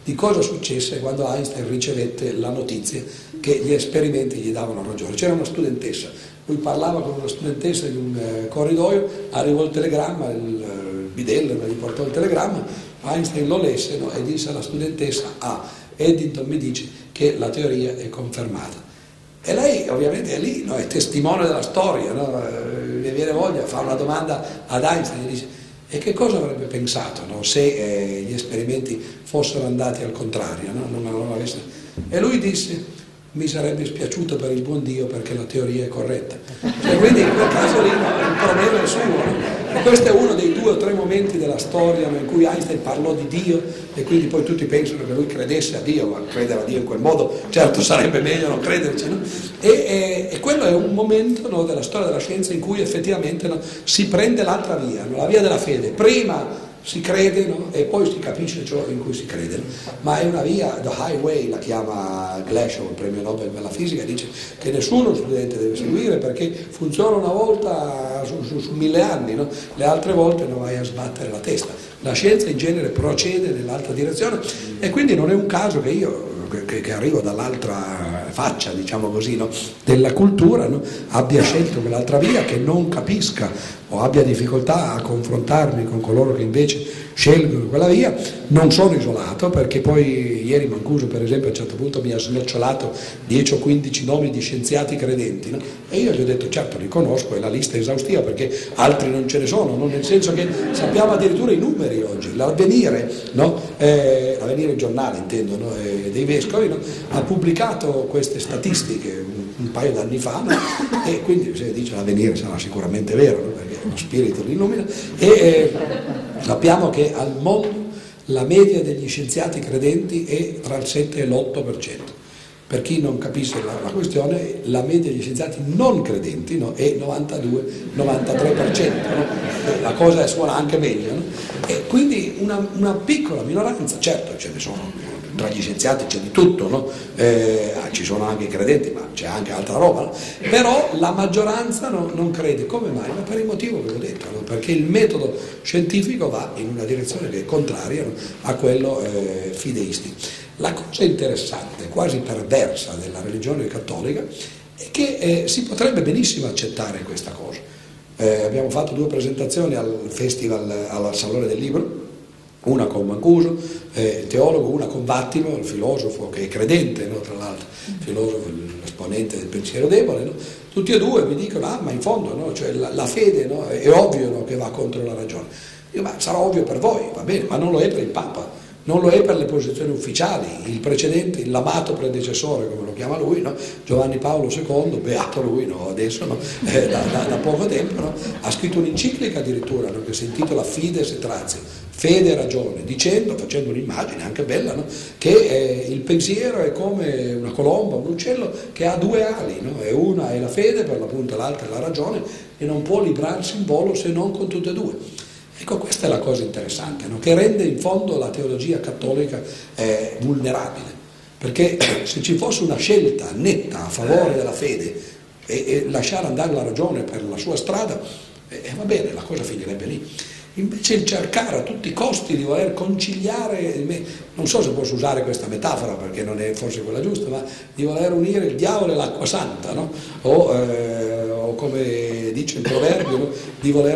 di cosa successe quando Einstein ricevette la notizia che gli esperimenti gli davano ragione. C'era una studentessa, lui parlava con una studentessa in un eh, corridoio, arrivò il telegramma, il, il bidello gli portò il telegramma, Einstein lo lesse, no, e disse alla studentessa: ah, Eddington mi dice che la teoria è confermata. E lei ovviamente è lì, no, è testimone della storia, no? Le viene voglia, fa una domanda ad Einstein e dice: e che cosa avrebbe pensato, no, se eh, gli esperimenti fossero andati al contrario, no? non, non avesse... E lui disse: mi sarebbe spiaciuto per il buon Dio perché la teoria è corretta. Cioè, quindi in quel caso lì, no, il problema è suo. No? E questo è uno dei due o tre momenti della storia, no, in cui Einstein parlò di Dio e quindi poi tutti pensano che lui credesse a Dio, ma credere a Dio in quel modo certo sarebbe meglio non crederci. No? E, e, e quello è un momento, no, della storia della scienza in cui effettivamente, no, si prende l'altra via, no, la via della fede. Prima si crede, no? E poi si capisce ciò in cui si crede, no? Ma è una via, the highway la chiama Glashow, il premio Nobel per la fisica, dice che nessuno studente deve seguire perché funziona una volta su, su, su mille anni, no? Le altre volte non vai a sbattere la testa. La scienza in genere procede nell'altra direzione e quindi non è un caso che io, che, che arrivo dall'altra faccia, diciamo così, no, della cultura, no, abbia scelto quell'altra via, che non capisca o abbia difficoltà a confrontarmi con coloro che invece scelgono quella via. Non sono isolato, perché poi ieri Mancuso per esempio a un certo punto mi ha snocciolato dieci o quindici nomi di scienziati credenti, no? E io gli ho detto: certo, li conosco, è la lista esaustiva perché altri non ce ne sono, no? Nel senso che sappiamo addirittura i numeri oggi. L'Avvenire, no? eh, l'Avvenire il giornale intendo, no? eh, dei vescovi, no? Ha pubblicato queste statistiche un, un paio d'anni fa, no? E quindi se dice l'Avvenire sarà sicuramente vero, no? Perché lo spirito li illumina, e eh, sappiamo che al mondo la media degli scienziati credenti è tra il sette e l'otto per cento. Per chi non capisce la, la questione, la media degli scienziati non credenti, no, è novantadue novantatré per cento, no? La cosa suona anche meglio, no? E quindi una, una piccola minoranza, certo ce ne sono, tra gli scienziati c'è di tutto, no? eh, ci sono anche i credenti, ma c'è anche altra roba, no? Però la maggioranza no, non crede. Come mai? Ma per il motivo che ho detto, no? Perché il metodo scientifico va in una direzione che è contraria, no, a quello eh, fideistico. La cosa interessante, quasi perversa della religione cattolica è che eh, si potrebbe benissimo accettare questa cosa. Eh, abbiamo fatto due presentazioni al festival, al Salone del Libro, una con Mancuso, eh, il teologo, una con Vattimo, il filosofo che è credente, no, tra l'altro, il filosofo, l'esponente del pensiero debole, no? Tutti e due mi dicono: ah, ma in fondo, no? Cioè, la, la fede, no? è, è ovvio, no, che va contro la ragione. Io, ma sarà ovvio per voi, va bene, ma non lo è per il Papa. Non lo è per le posizioni ufficiali. Il precedente, l'amato predecessore, come lo chiama lui, no? Giovanni Paolo secondo, beato lui, no? Adesso, no? Eh, da, da, da poco tempo, no? Ha scritto un'enciclica addirittura, no? Che si intitola Fides et Ratio, fede e ragione, dicendo, facendo un'immagine anche bella, no? Che eh, il pensiero è come una colomba, un uccello che ha due ali, no? E una è la fede, per l'appunto l'altra è la ragione, e non può librarsi in volo se non con tutte e due. Ecco, questa è la cosa interessante, no? Che rende in fondo la teologia cattolica eh, vulnerabile, perché se ci fosse una scelta netta a favore della fede e, e lasciare andare la ragione per la sua strada, eh, va bene, la cosa finirebbe lì. Invece il cercare a tutti i costi di voler conciliare, non so se posso usare questa metafora perché non è forse quella giusta, ma di voler unire il diavolo e l'acqua santa, no? o, eh, o come dice il proverbio, no? Di voler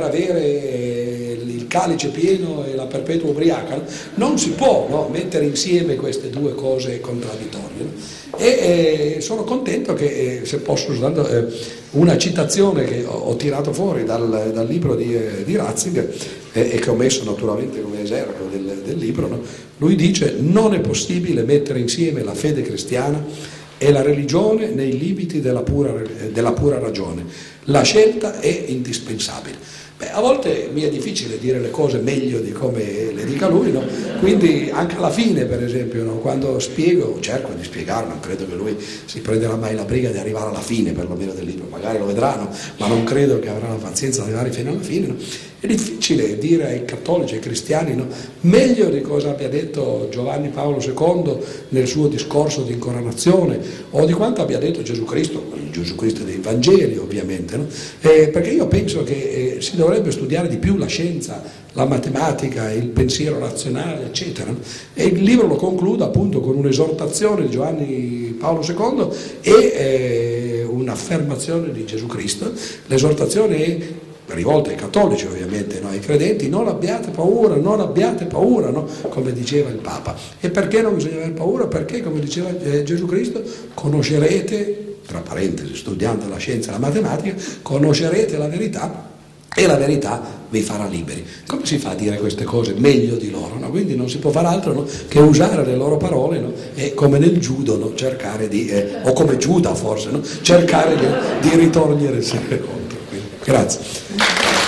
avere il calice pieno e la perpetua ubriaca, no? Non si può, no, mettere insieme queste due cose contraddittorie, no? E eh, sono contento che, eh, se posso usare eh, una citazione che ho, ho tirato fuori dal, dal libro di, eh, di Ratzinger eh, e che ho messo naturalmente come esergo del, del libro, no? Lui dice: non è possibile mettere insieme la fede cristiana e la religione nei limiti della pura, della pura ragione. La scelta è indispensabile. Beh, a volte mi è difficile dire le cose meglio di come le dica lui, no? Quindi anche alla fine, per esempio, no? Quando spiego, cerco di spiegare, non credo che lui si prenderà mai la briga di arrivare alla fine perlomeno del libro, magari lo vedranno, ma non credo che avrà la pazienza di arrivare fino alla fine, no? È difficile dire ai cattolici, ai cristiani, no? Meglio di cosa abbia detto Giovanni Paolo secondo nel suo discorso di incoronazione, o di quanto abbia detto Gesù Cristo, il Gesù Cristo dei Vangeli ovviamente, no? Eh, perché io penso che eh, si dovrebbe studiare di più la scienza, la matematica, il pensiero razionale, eccetera. E il libro lo concludo appunto con un'esortazione di Giovanni Paolo secondo e eh, un'affermazione di Gesù Cristo. L'esortazione è rivolta ai cattolici, ovviamente, no? Ai credenti: non abbiate paura, non abbiate paura, no? Come diceva il Papa. E perché non bisogna avere paura? Perché, come diceva eh, Gesù Cristo, conoscerete, tra parentesi, studiando la scienza e la matematica, conoscerete la verità e la verità vi farà liberi. Come si fa a dire queste cose meglio di loro? No? Quindi non si può fare altro, no? Che usare le loro parole, no? E come nel judo, no? Cercare di, eh, o come Giuda forse, no? Cercare di, di ritogliere il secolo. Grazie.